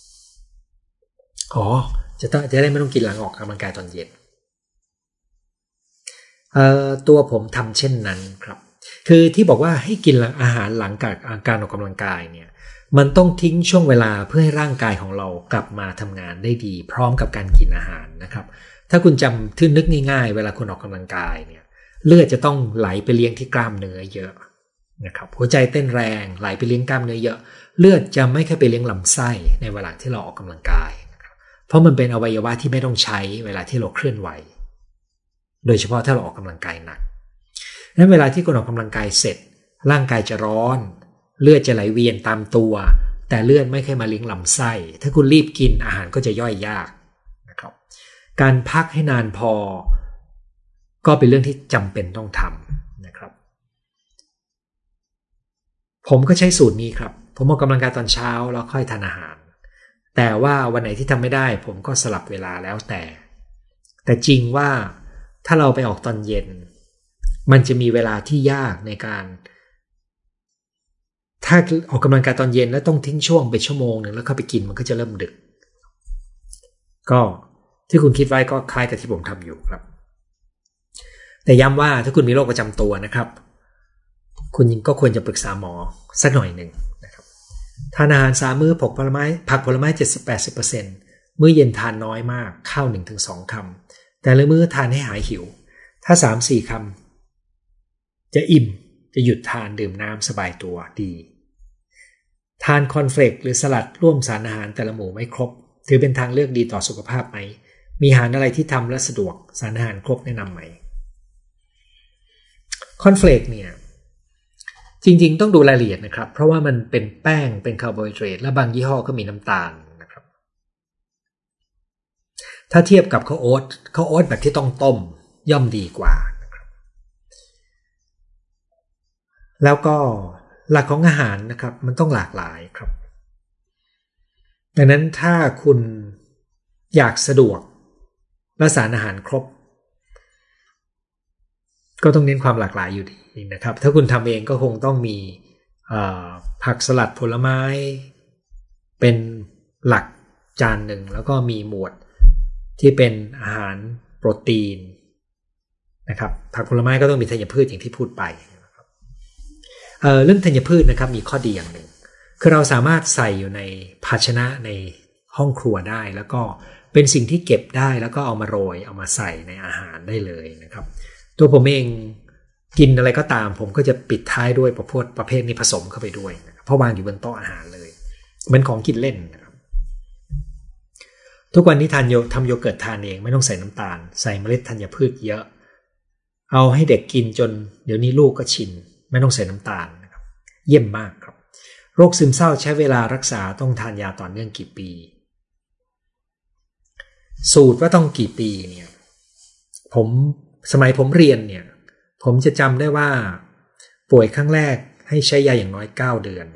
อ๋อจะต้องจะได้ไม่ต้องกินหลังออกกำลังกายตอนเย็นเอ่อตัวผมทำเช่นนั้นครับคือที่บอกว่าให้กินอาหารหลังจากการออกกำลังกายเนี่ยมันต้องทิ้งช่วงเวลาเพื่อให้ร่างกายของเรากลับมาทำงานได้ดีพร้อมกับการกินอาหารนะครับถ้าคุณจำทึ่นึกง่ายๆเวลาคุณออกกำลังกายเนี่ยเลือดจะต้องไหลไปเลี้ยงที่กล้ามเนื้อเยอะนะครับหัวใจเต้นแรงไหลไปเลี้ยงกล้ามเนื้อเยอะเลือดจะไม่ค่อยไปเลี้ยงลำไส้ในเวลาที่เราออกกำลังกายนะครับเพราะมันเป็นอวัยวะที่ไม่ต้องใช้เวลาที่เราเคลื่อนไหวโดยเฉพาะถ้าเราออกกำลังกายหนักนั้นเวลาที่คุณออกกำลังกายเสร็จร่างกายจะร้อนเลือดจะไหลเวียนตามตัวแต่เลือดไม่ค่อยมาเลี้ยงลำไส้ถ้าคุณรีบกินอาหารก็จะย่อยยากนะครับการพักให้นานพอก็เป็นเรื่องที่จำเป็นต้องทำนะครับผมก็ใช้สูตรนี้ครับผมออกกำลังกายตอนเช้าแล้วค่อยทานอาหารแต่ว่าวันไหนที่ทำไม่ได้ผมก็สลับเวลาแล้วแต่แต่จริงว่าถ้าเราไปออกตอนเย็นมันจะมีเวลาที่ยากในการถ้าออกกำลังกายตอนเย็นแล้วต้องทิ้งช่วงไปชั่วโมงหนึ่งแล้วเข้าไปกินมันก็จะเริ่มดึกก็ที่คุณคิดไว้ก็คล้ายกับที่ผมทำอยู่ครับแต่ย้ำว่าถ้าคุณมีโรคประจำตัวนะครับคุณก็ควรจะปรึกษาหมอสักหน่อยหนึ่งนะครับทานอาหารสามมื้อผักผลไม้ผักผลไม้ เจ็ดสิบถึงแปดสิบเปอร์เซ็นต์ มื้อเย็นทานน้อยมากข้าว หนึ่งถึงสอง คำแต่ละมื้อทานให้หายหิวถ้า สามถึงสี่ คำจะอิ่มจะหยุดทานดื่มน้ำสบายตัวดีทานคอร์นเฟลกหรือสลัดร่วมสารอาหารแต่ละหมู่ไม่ครบถือเป็นทางเลือกดีต่อสุขภาพไหมมีอาหารอะไรที่ทำและสะดวกสารอาหารครบแนะนำไหมคอร์นเฟลกเนี่ยจริงๆต้องดูรายละเอียดนะครับเพราะว่ามันเป็นแป้งเป็นคาร์โบไฮเดรตและบางยี่ห้อก็มีน้ำตาลนะครับถ้าเทียบกับข้าวโอ๊ตข้าวโอ๊ตแบบที่ต้องต้มย่อมดีกว่านะครับแล้วก็หลักของอาหารนะครับมันต้องหลากหลายครับดังนั้นถ้าคุณอยากสะดวกและสารอาหารครบก็ต้องเน้นความหลากหลายอยู่ดีนะครับถ้าคุณทำเองก็คงต้องมีผักสลัดผลไม้เป็นหลักจานหนึ่งแล้วก็มีหมวดที่เป็นอาหารโปรตีนนะครับผักผลไม้ก็ต้องมีธัญพืชอย่างที่พูดไปนะครับ เอ่อ เรื่องธัญพืชนะครับมีข้อดีอย่างหนึ่งคือเราสามารถใส่อยู่ในภาชนะในห้องครัวได้แล้วก็เป็นสิ่งที่เก็บได้แล้วก็เอามาโรยเอามาใส่ในอาหารได้เลยนะครับตัวผมเองกินอะไรก็ตามผมก็จะปิดท้ายด้วยประเภทประเภทนี้ผสมเข้าไปด้วยนะครับเพราะวางอยู่บนโต๊ะอาหารเลยเหมือนของกินเล่นนะครับทุกวันนี้ทานโยทำโยเกิร์ตทานเองไม่ต้องใส่น้ำตาลใส่เมล็ดธัญพืชเยอะเอาให้เด็กกินจนเดี๋ยวนี้ลูกก็ชินไม่ต้องใส่น้ำตาลนะครับเยี่ยมมากครับโรคซึมเศร้าใช้เวลารักษาต้องทานยาต่อเนื่องกี่ปีสูตรว่าต้องกี่ปีเนี่ยผมสมัยผมเรียนเนี่ยผมจะจำได้ว่าป่วยครั้งแรกให้ใช้ยาอย่างน้อยเก้าเดือน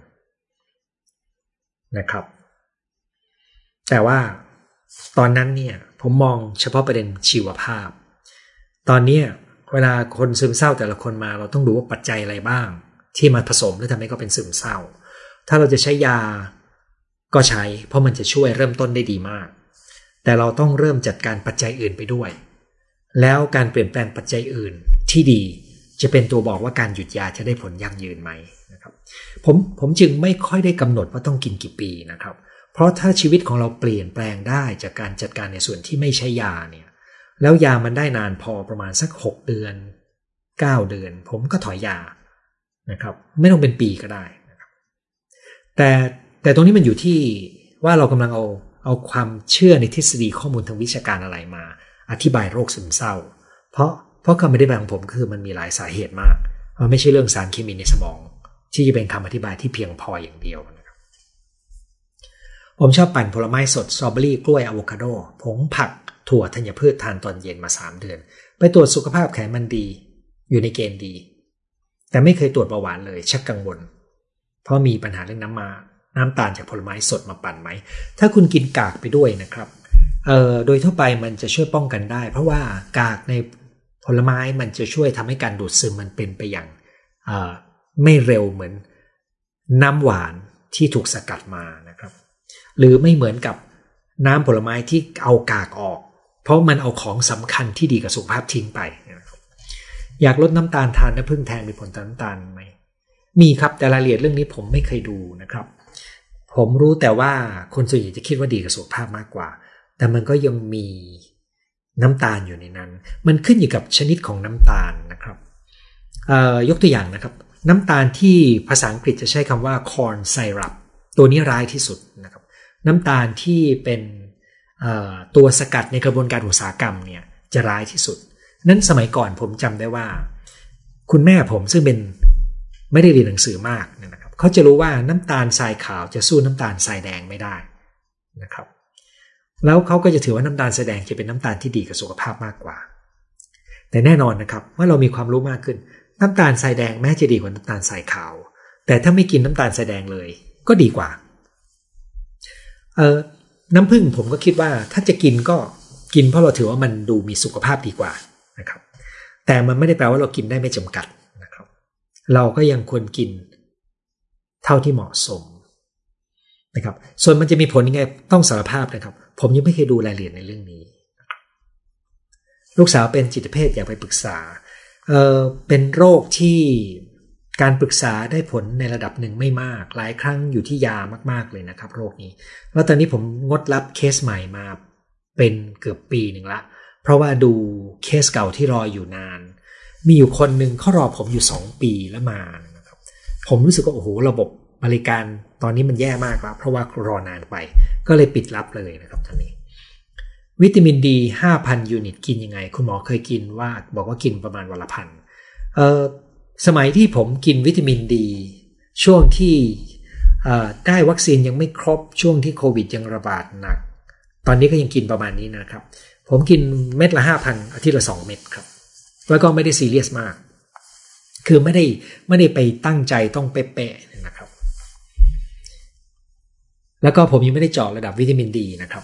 นะครับแต่ว่าตอนนั้นเนี่ยผมมองเฉพาะประเด็นชีวภาพตอนนี้เวลาคนซึมเศร้าแต่ละคนมาเราต้องดูว่าปัจจัยอะไรบ้างที่มาผสมแล้วทำให้เขาเป็นซึมเศร้าถ้าเราจะใช้ยาก็ใช้เพราะมันจะช่วยเริ่มต้นได้ดีมากแต่เราต้องเริ่มจัดการปัจจัยอื่นไปด้วยแล้วการเปลี่ยนแปลงปัจจัยอื่นที่ดีจะเป็นตัวบอกว่าการหยุดยาจะได้ผลยั่งยืนไหมนะครับผมผมจึงไม่ค่อยได้กำหนดว่าต้องกินกี่ปีนะครับเพราะถ้าชีวิตของเราเปลี่ยนแปลงได้จากการจัดการในส่วนที่ไม่ใช้ยาเนี่ยแล้วยามันได้นานพอประมาณสักหกเดือนเก้าเดือนผมก็ถอยยานะครับไม่ต้องเป็นปีก็ได้นะครับแต่แต่ตรงนี้มันอยู่ที่ว่าเรากำลังเอาเอาความเชื่อในทฤษฎีข้อมูลทางวิชาการอะไรมาอธิบายโรคซึมเศร้าเพราะเพราะคำอธิบายของผมคือมันมีหลายสาเหตุมากมันไม่ใช่เรื่องสารเคมีในสมองที่จะเป็นคำอธิบายที่เพียงพออย่างเดียวนะครับผมชอบปั่นผลไม้สดสตรอเบอรี่กล้วยอะโวคาโดผงผักถั่วธัญพืชทานตอนเย็นมาสามเดือนไปตรวจสุขภาพไขมันดีอยู่ในเกณฑ์ดีแต่ไม่เคยตรวจเบาหวานเลยชักกังวลเพราะมีปัญหาเรื่องน้ำมาน้ำตาลจากผลไม้สดมาปั่นไหมถ้าคุณกินกากไปด้วยนะครับเอ่อโดยทั่วไปมันจะช่วยป้องกันได้เพราะว่ากากในผลไม้มันจะช่วยทำให้การดูดซึมมันเป็นไปอย่างเอ่อไม่เร็วเหมือนน้ำหวานที่ถูกสกัดมานะครับหรือไม่เหมือนกับน้ำผลไม้ที่เอากากออกเพราะมันเอาของสำคัญที่ดีกับสุขภาพทิ้งไปนะครับอยากลดน้ำตาลทานน้ำผึ้งแทนมีผลต่อน้ำตาลไหมมีครับแต่รายละเอียดเรื่องนี้ผมไม่เคยดูนะครับผมรู้แต่ว่าคนส่วนใหญ่จะคิดว่าดีกับสุขภาพมากกว่าแต่มันก็ยังมีน้ำตาลอยู่ในนั้นมันขึ้นอยู่กับชนิดของน้ำตาลนะครับยกตัวอย่างนะครับน้ำตาลที่ภาษาอังกฤษจะใช้คำว่า corn syrup ตัวนี้ร้ายที่สุดนะครับน้ำตาลที่เป็นตัวสกัดในกระบวนการอุตสาหกรรมเนี่ยจะร้ายที่สุดนั้นสมัยก่อนผมจำได้ว่าคุณแม่ผมซึ่งเป็นไม่ได้เรียนหนังสือมากนะครับเขาจะรู้ว่าน้ำตาลทรายขาวจะสู้น้ำตาลทรายแดงไม่ได้นะครับแล้วเขาก็จะถือว่าน้ำตาลทรายแดงจะเป็นน้ำตาลที่ดีกับสุขภาพมากกว่าแต่แน่นอนนะครับเมื่อเรามีความรู้มากขึ้นน้ำตาลทรายแดงแม้จะดีกว่าน้ำตาลทรายขาวแต่ถ้าไม่กินน้ำตาลทรายแดงเลยก็ดีกว่าเอ่อน้ำผึ้งผมก็คิดว่าถ้าจะกินก็กินเพราะเราถือว่ามันดูมีสุขภาพดีกว่านะครับแต่มันไม่ได้แปลว่าเรากินได้ไม่จำกัดนะครับเราก็ยังควรกินเท่าที่เหมาะสมนะครับส่วนมันจะมีผลยังไงต้องสารภาพนะครับผมยังไม่เคยดูรายละเอียดในเรื่องนี้ลูกสาวเป็นจิตเภทอยากไปปรึกษาเอ่อเป็นโรคที่การปรึกษาได้ผลในระดับหนึ่งไม่มากหลายครั้งอยู่ที่ยามากๆเลยนะครับโรคนี้แล้วตอนนี้ผมงดรับเคสใหม่มาเป็นเกือบปีหนึ่งละเพราะว่าดูเคสเก่าที่รออยู่นานมีอยู่คนหนึ่งเขารอผมอยู่สองปีแล้วมานะครับผมรู้สึกว่าโอ้โหระบบบริการตอนนี้มันแย่มากแล้วเพราะว่ารอนานไปก็เลยปิดรับเลยนะครับตอนนี้วิตามินดี ห้าพัน ยูนิตกินยังไงคุณหมอเคยกินว่าบอกว่ากินประมาณวันละพันเอ่อสมัยที่ผมกินวิตามินดีช่วงที่ได้วัคซีนยังไม่ครบช่วงที่โควิดยังระบาดหนักตอนนี้ก็ยังกินประมาณนี้นะครับผมกินเม็ดละ ห้าพัน อาทิตย์ละสองเม็ดครับแล้วก็ไม่ได้ซีเรียสมากคือไม่ได้ไม่ได้ไปตั้งใจต้องเป๊ะๆนะครับแล้วก็ผมยังไม่ได้เจาะระดับวิตามินดีนะครับ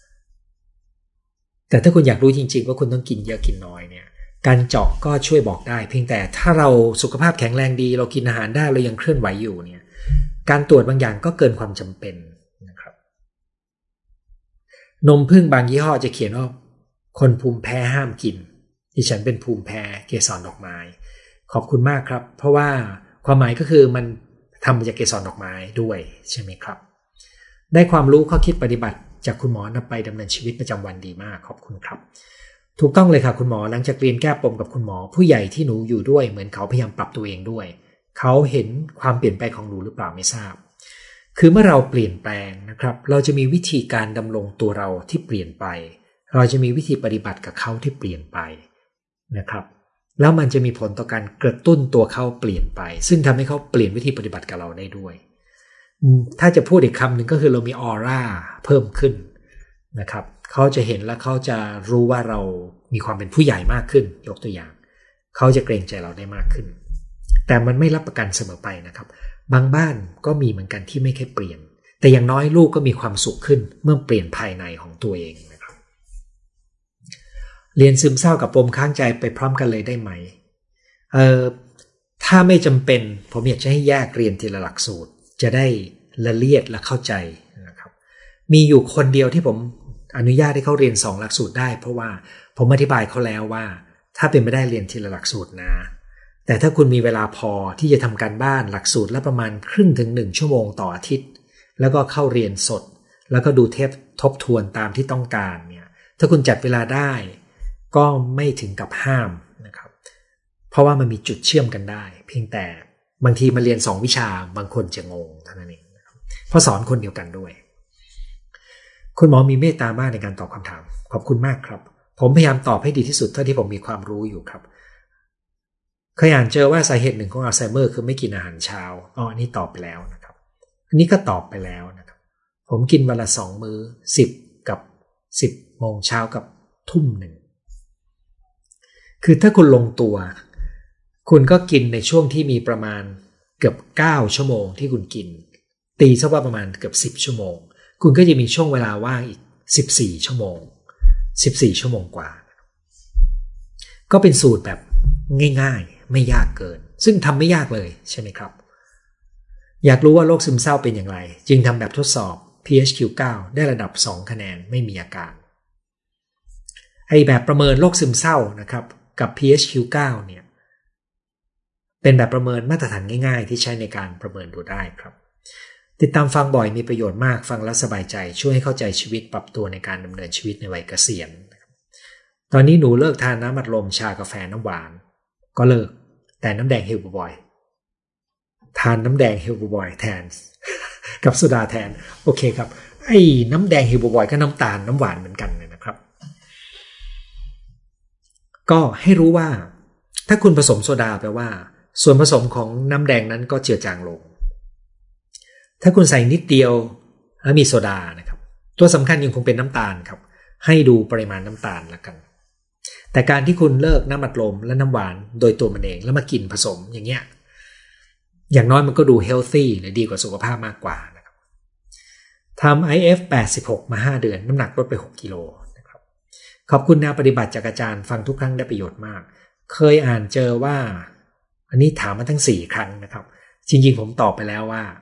แต่ถ้าคุณอยากรู้จริงๆว่าคุณต้องกินเยอะกินน้อยเนี่ยการเจาะก็ช่วยบอกได้เพียงแต่ถ้าเราสุขภาพแข็งแรงดีเรากินอาหารได้เรายังเคลื่อนไหวอยู่เนี่ยการตรวจบางอย่างก็เกินความจำเป็นนะครับนมผึ้งบางยี่ห้อจะเขียนว่าคนภูมิแพ้ห้ามกินดิฉันเป็นภูมิแพ้เกสรดอกไม้ขอบคุณมากครับเพราะว่าความหมายก็คือมันทำมาจากเกสรดอกไม้ด้วยใช่ไหมครับได้ความรู้ข้อคิดปฏิบัติจากคุณหมอนำไปดำเนินชีวิตประจำวันดีมากขอบคุณครับถูกต้องเลยค่ะคุณหมอหลังจากเรียนแก้ปมกับคุณหมอผู้ใหญ่ที่หนูอยู่ด้วยเหมือนเขาพยายามปรับตัวเองด้วยเขาเห็นความเปลี่ยนแปลงของหนูหรือเปล่าไม่ทราบคือเมื่อเราเปลี่ยนแปลงนะครับเราจะมีวิธีการดำรงตัวเราที่เปลี่ยนไปเราจะมีวิธีปฏิบัติกับเขาที่เปลี่ยนไปนะครับแล้วมันจะมีผลต่อการกระตุ้นตัวเขาเปลี่ยนไปซึ่งทำให้เขาเปลี่ยนวิธีปฏิบัติกับเราได้ด้วยถ้าจะพูดอีกคำหนึ่งก็คือเรามีออร่าเพิ่มขึ้นนะครับเขาจะเห็นและเขาจะรู้ว่าเรามีความเป็นผู้ใหญ่มากขึ้นยกตัวอย่างเขาจะเกรงใจเราได้มากขึ้นแต่มันไม่รับประกันเสมอไปนะครับบางบ้านก็มีเหมือนกันที่ไม่เคยเปลี่ยนแต่อย่างน้อยลูกก็มีความสุขขึ้นเมื่อเปลี่ยนภายในของตัวเองนะครับเรียนซึมเศร้ากับปมค้างใจไปพร้อมกันเลยได้ไหมเอ่อถ้าไม่จำเป็นผมอยากจะให้แยกเรียนทีละหลักสูตรจะได้ละเอียดและเข้าใจนะครับมีอยู่คนเดียวที่ผมอนุญาตให้เขาเรียนสองหลักสูตรได้เพราะว่าผมอธิบายเขาแล้วว่าถ้าเป็นไม่ได้เรียนทีละหลักสูตรนะแต่ถ้าคุณมีเวลาพอที่จะทำการบ้านหลักสูตรละประมาณครึ่งถึงหนึ่งชั่วโมงต่ออาทิตย์แล้วก็เข้าเรียนสดแล้วก็ดูเทปทบทวนตามที่ต้องการเนี่ยถ้าคุณจัดเวลาได้ก็ไม่ถึงกับห้ามนะครับเพราะว่ามันมีจุดเชื่อมกันได้เพียงแต่บางทีมาเรียนสองวิชาบางคนจะงงเท่านั้นเองนะครับเพราะสอนคนเดียวกันด้วยคุณหมอมีเมตตามากในการตอบคำถามขอบคุณมากครับผมพยายามตอบให้ดีที่สุดเท่าที่ผมมีความรู้อยู่ครับเคยอ่านเจอว่าสาเหตุหนึ่งของอัลไซเมอร์คือไม่กินอาหารเช้าอ๋ออันนี้ตอบไปแล้วนะครับอันนี้ก็ตอบไปแล้วนะครับผมกินวันละสองมื้อสิบกับสิบโมงเช้ากับทุ่มหนึ่งคือถ้าคุณลงตัวคุณก็กินในช่วงที่มีประมาณเกือบเก้าชั่วโมงที่คุณกินตีซะว่าประมาณเกือบสิบชั่วโมงคุณก็จะมีช่วงเวลาว่างอีกสิบสี่ชั่วโมงสิบสี่ชั่วโมงกว่าก็เป็นสูตรแบบง่ายๆไม่ยากเกินซึ่งทำไม่ยากเลยใช่ไหมครับอยากรู้ว่าโรคซึมเศร้าเป็นอย่างไรจึงทำแบบทดสอบ พี เอช คิว เก้า ได้ระดับสองคะแนนไม่มีอาการไอแบบประเมินโรคซึมเศร้านะครับกับ พี เอช คิว เก้า เนี่ยเป็นแบบประเมินมาตรฐานง่ายๆที่ใช้ในการประเมินดูได้ครับติดตามฟังบ่อยมีประโยชน์มากฟังแล้วสบายใจช่วยให้เข้าใจชีวิตปรับตัวในการดำเนินชีวิตในวัยเกษียณตอนนี้หนูเลิกทานน้ำอัดลมชากาแฟน้ำหวานก็เลิกแต่น้ำแดงเฮลบอยทานน้ำแดงเฮลบอยแทน กับโซดาแทนโอเคครับไอ้น้ำแดงเฮลบอยก็น้ำตาลน้ำหวานเหมือนกันนะครับก็ให้รู้ว่าถ้าคุณผสมโซดาแปลว่าส่วนผสมของน้ำแดงนั้นก็เจือจางลงถ้าคุณใส่นิดเดียวแล้วมีโซดานะครับตัวสำคัญยังคงเป็นน้ำตาลครับให้ดูปริมาณน้ำตาลละกันแต่การที่คุณเลิกน้ำอัดลมและน้ำหวานโดยตัวมันเองแล้วมากินผสมอย่างเงี้ยอย่างน้อยมันก็ดูเฮลตี้หรือดีกว่าสุขภาพมากกว่านะครับทำ ไอ เอฟ แปดสิบหกมาห้าเดือนน้ำหนักลดไปหกกิโลนะครับขอบคุณแนวปฏิบัติจากอาจารย์ฟังทุกครั้งได้ประโยชน์มากเคยอ่านเจอว่าอันนี้ถามมาทั้งสี่ครั้งนะครับจริงๆผมตอบไปแล้วว่า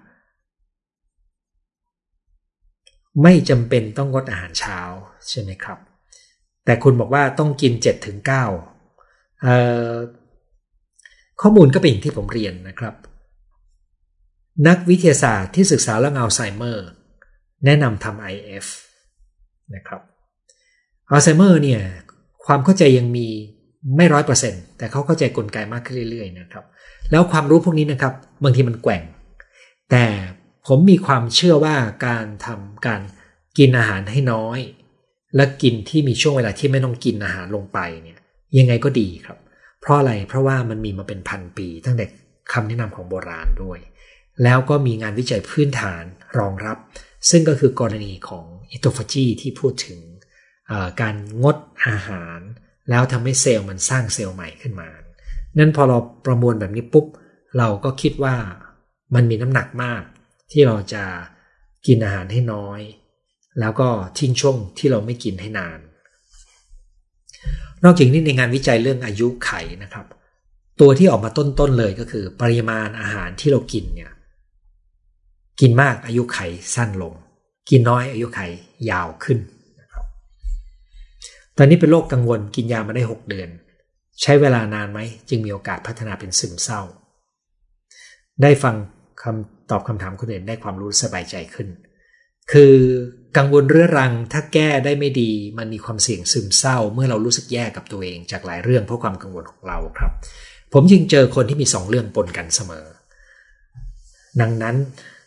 ไม่จำเป็นต้องงดอาหารเช้าใช่ไหมครับแต่คุณบอกว่าต้องกิน เจ็ดถึงเก้า เอ่อข้อมูลก็เป็นอย่างที่ผมเรียนนะครับนักวิทยาศาสตร์ที่ศึกษาเรื่องอัลไซเมอร์แนะนำทำ ไอ เอฟ นะครับอัลไซเมอร์เนี่ยความเข้าใจยังมีไม่ ร้อยเปอร์เซ็นต์ แต่เขาเข้าใจกลไกมากขึ้นเรื่อยๆนะครับแล้วความรู้พวกนี้นะครับบางทีมันแกว่งแต่ผมมีความเชื่อว่าการทำการกินอาหารให้น้อยและกินที่มีช่วงเวลาที่ไม่ต้องกินอาหารลงไปเนี่ยยังไงก็ดีครับเพราะอะไรเพราะว่ามันมีมาเป็นพันปีตั้งแต่คำแนะนำของโบราณด้วยแล้วก็มีงานวิจัยพื้นฐานรองรับซึ่งก็คือกรณีของอิโตฟาจีที่พูดถึงการงดอาหารแล้วทำให้เซลล์มันสร้างเซลล์ใหม่ขึ้นมานั่นพอเราประมวลแบบนี้ปุ๊บเราก็คิดว่ามันมีน้ำหนักมากที่เราจะกินอาหารให้น้อยแล้วก็ทิ้งช่วงที่เราไม่กินให้นานนอกจากนี้ในงานวิจัยเรื่องอายุไขนะครับตัวที่ออกมาต้นๆเลยก็คือปริมาณอาหารที่เรากินเนี่ยกินมากอายุไขสั้นลงกินน้อยอายุไขยาวขึ้นนะครับตอนนี้เป็นโรคกังวลกินยามาได้หกเดือนใช้เวลานานไหมจึงมีโอกาสพัฒนาเป็นซึมเศร้าได้ฟังคำตอบคำถามคนอื่นได้ความรู้สบายใจขึ้นคือกังวลเรื้อรังถ้าแก้ได้ไม่ดีมันมีความเสี่ยงซึมเศร้าเมื่อเรารู้สึกแย่กับตัวเองจากหลายเรื่องเพราะความกังวลของเราครับผมยิ่งเจอคนที่มีสองเรื่องปนกันเสมอดังนั้น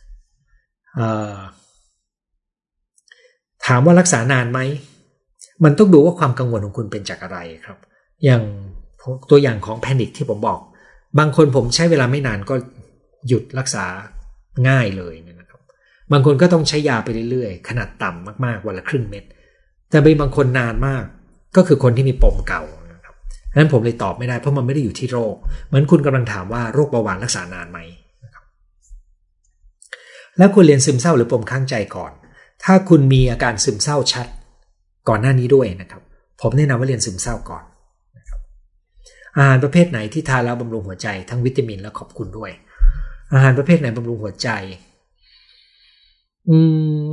ถามว่ารักษานานไหมมันต้องดูว่าความกังวลของคุณเป็นจากอะไรครับอย่างตัวอย่างของแพนิคที่ผมบอกบางคนผมใช้เวลาไม่นานก็หยุดรักษาง่ายเลยนะครับบางคนก็ต้องใช้ยาไปเรื่อยๆขนาดต่ำมากๆวันละครึ่งเม็ดแต่บางคนนานมากก็คือคนที่มีปมเก่านะครับฉะนั้นผมเลยตอบไม่ได้เพราะมันไม่ได้อยู่ที่โรคเหมือนคุณกำลังถามว่าโรคเบาหวานรักษานานไหมนะครับแล้วคุณเรียนซึมเศร้าหรือปมข้างใจก่อนถ้าคุณมีอาการซึมเศร้าชัดก่อนหน้านี้ด้วยนะครับผมแนะนำว่าเรียนซึมเศร้าก่อนนะครับอาหารประเภทไหนที่ทานแล้วบำรุงหัวใจทั้งวิตามินและขอบคุณด้วยอาหารประเภทไหนบำรุงหัวใจอืม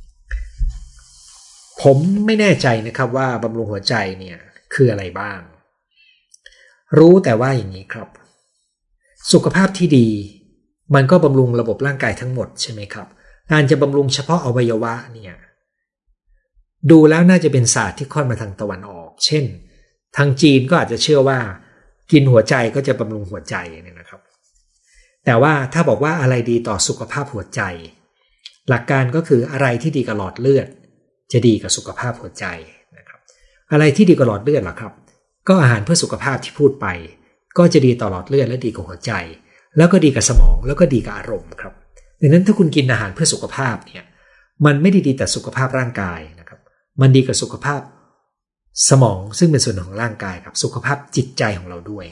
ผมไม่แน่ใจนะครับว่าบำรุงหัวใจเนี่ยคืออะไรบ้างรู้แต่ว่าอย่างนี้ครับสุขภาพที่ดีมันก็บำรุงระบบร่างกายทั้งหมดใช่ไหมครับการจะบำรุงเฉพาะอวัยวะเนี่ยดูแล้วน่าจะเป็นศาสตร์ที่ค่อนมาทางตะวันออกเช่นทางจีนก็อาจจะเชื่อว่ากินหัวใจก็จะบำรุงหัวใจเนี่ยนะครับแต่ว่าถ้าบอกว่าอะไรดีต่อสุขภาพหัวใจหลักการก็คืออะไรที่ดีกับหลอดเลือดจะดีกับสุขภาพหัวใจนะครับอะไรที่ดีกับหลอดเลือดล่ะครับก็อาหารเพื่อสุขภาพที่พูดไปก็จะดีต่อหลอดเลือดและดีกับหัวใจแล้วก็ดีกับสมองแล้วก็ดีกับอารมณ์ครับดังนั้นถ้าคุณกินอาหารเพื่อสุขภาพเนี่ยมันไม่ได้ดีแต่สุขภาพร่างกายนะครับมันดีกับสุขภาพสมองซึ่งเป็นส่วนของร่างกายครับสุขภาพจิตใจของเราด้วย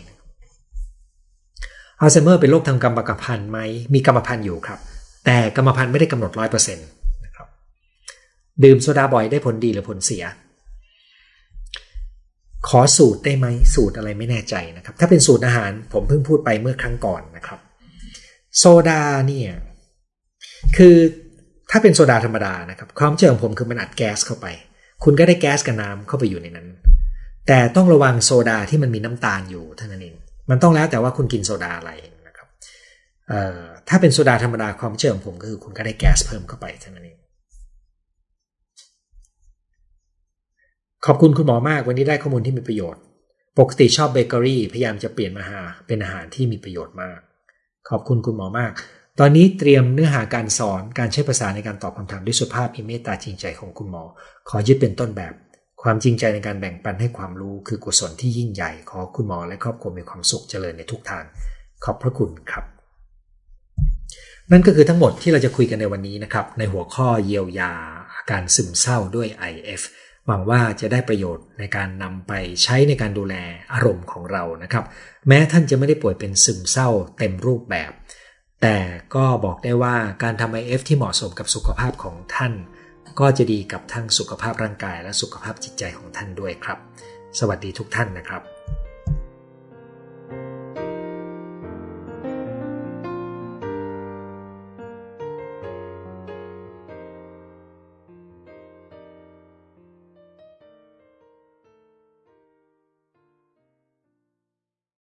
อัลไซเมอร์เป็นโรคทางกรรมพันธุ์ไหมมีกรรมพันธุ์อยู่ครับแต่กรรมพันธุ์ไม่ได้กำหนด ร้อยเปอร์เซ็นต์ นะครับดื่มโซดาบ่อยได้ผลดีหรือผลเสียขอสูตรได้ไหมสูตรอะไรไม่แน่ใจนะครับถ้าเป็นสูตรอาหารผมเพิ่งพูดไปเมื่อครั้งก่อนนะครับโซดาเนี่ยคือถ้าเป็นโซดาธรรมดานะครับความเชื่อของผมคือมันอัดแก๊สเข้าไปคุณก็ได้แก๊สกับน้ำเข้าไปอยู่ในนั้นแต่ต้องระวังโซดาที่มันมีน้ำตาลอยู่เท่านั้นเองมันต้องแล้วแต่ว่าคุณกินโซดาอะไรนะครับเอ่อถ้าเป็นโซดาธรรมดาความเชื่อของผมก็คือคุณก็ได้แก๊สเพิ่มเข้าไปเท่านั้นเองขอบคุณคุณหมอมากวันนี้ได้ข้อมูลที่มีประโยชน์ปกติชอบเบเกอรี่พยายามจะเปลี่ยนมาหาเป็นอาหารที่มีประโยชน์มากขอบคุณคุณหมอมากตอนนี้เตรียมเนื้อหาการสอนการใช้ภาษาในการตอบคำถามด้วยสุภาพมีเมตตาจริงใจของคุณหมอขอยึดเป็นต้นแบบความจริงใจในการแบ่งปันให้ความรู้คือกุศลที่ยิ่งใหญ่ขอคุณหมอและครอบครัวมีความสุขเจริญในทุกทางขอบพระคุณครับนั่นก็คือทั้งหมดที่เราจะคุยกันในวันนี้นะครับในหัวข้อเยียวยาอาการซึมเศร้าด้วย ไอ เอฟ หวังว่าจะได้ประโยชน์ในการนำไปใช้ในการดูแลอารมณ์ของเรานะครับแม้ท่านจะไม่ได้ป่วยเป็นซึมเศร้าเต็มรูปแบบแต่ก็บอกได้ว่าการทำ ไอ เอฟ ที่เหมาะสมกับสุขภาพของท่านก็จะดีกับทั้งสุขภาพร่างกายและสุขภาพจิตใจของท่านด้วยครับสวัสดีทุกท่านนะครับ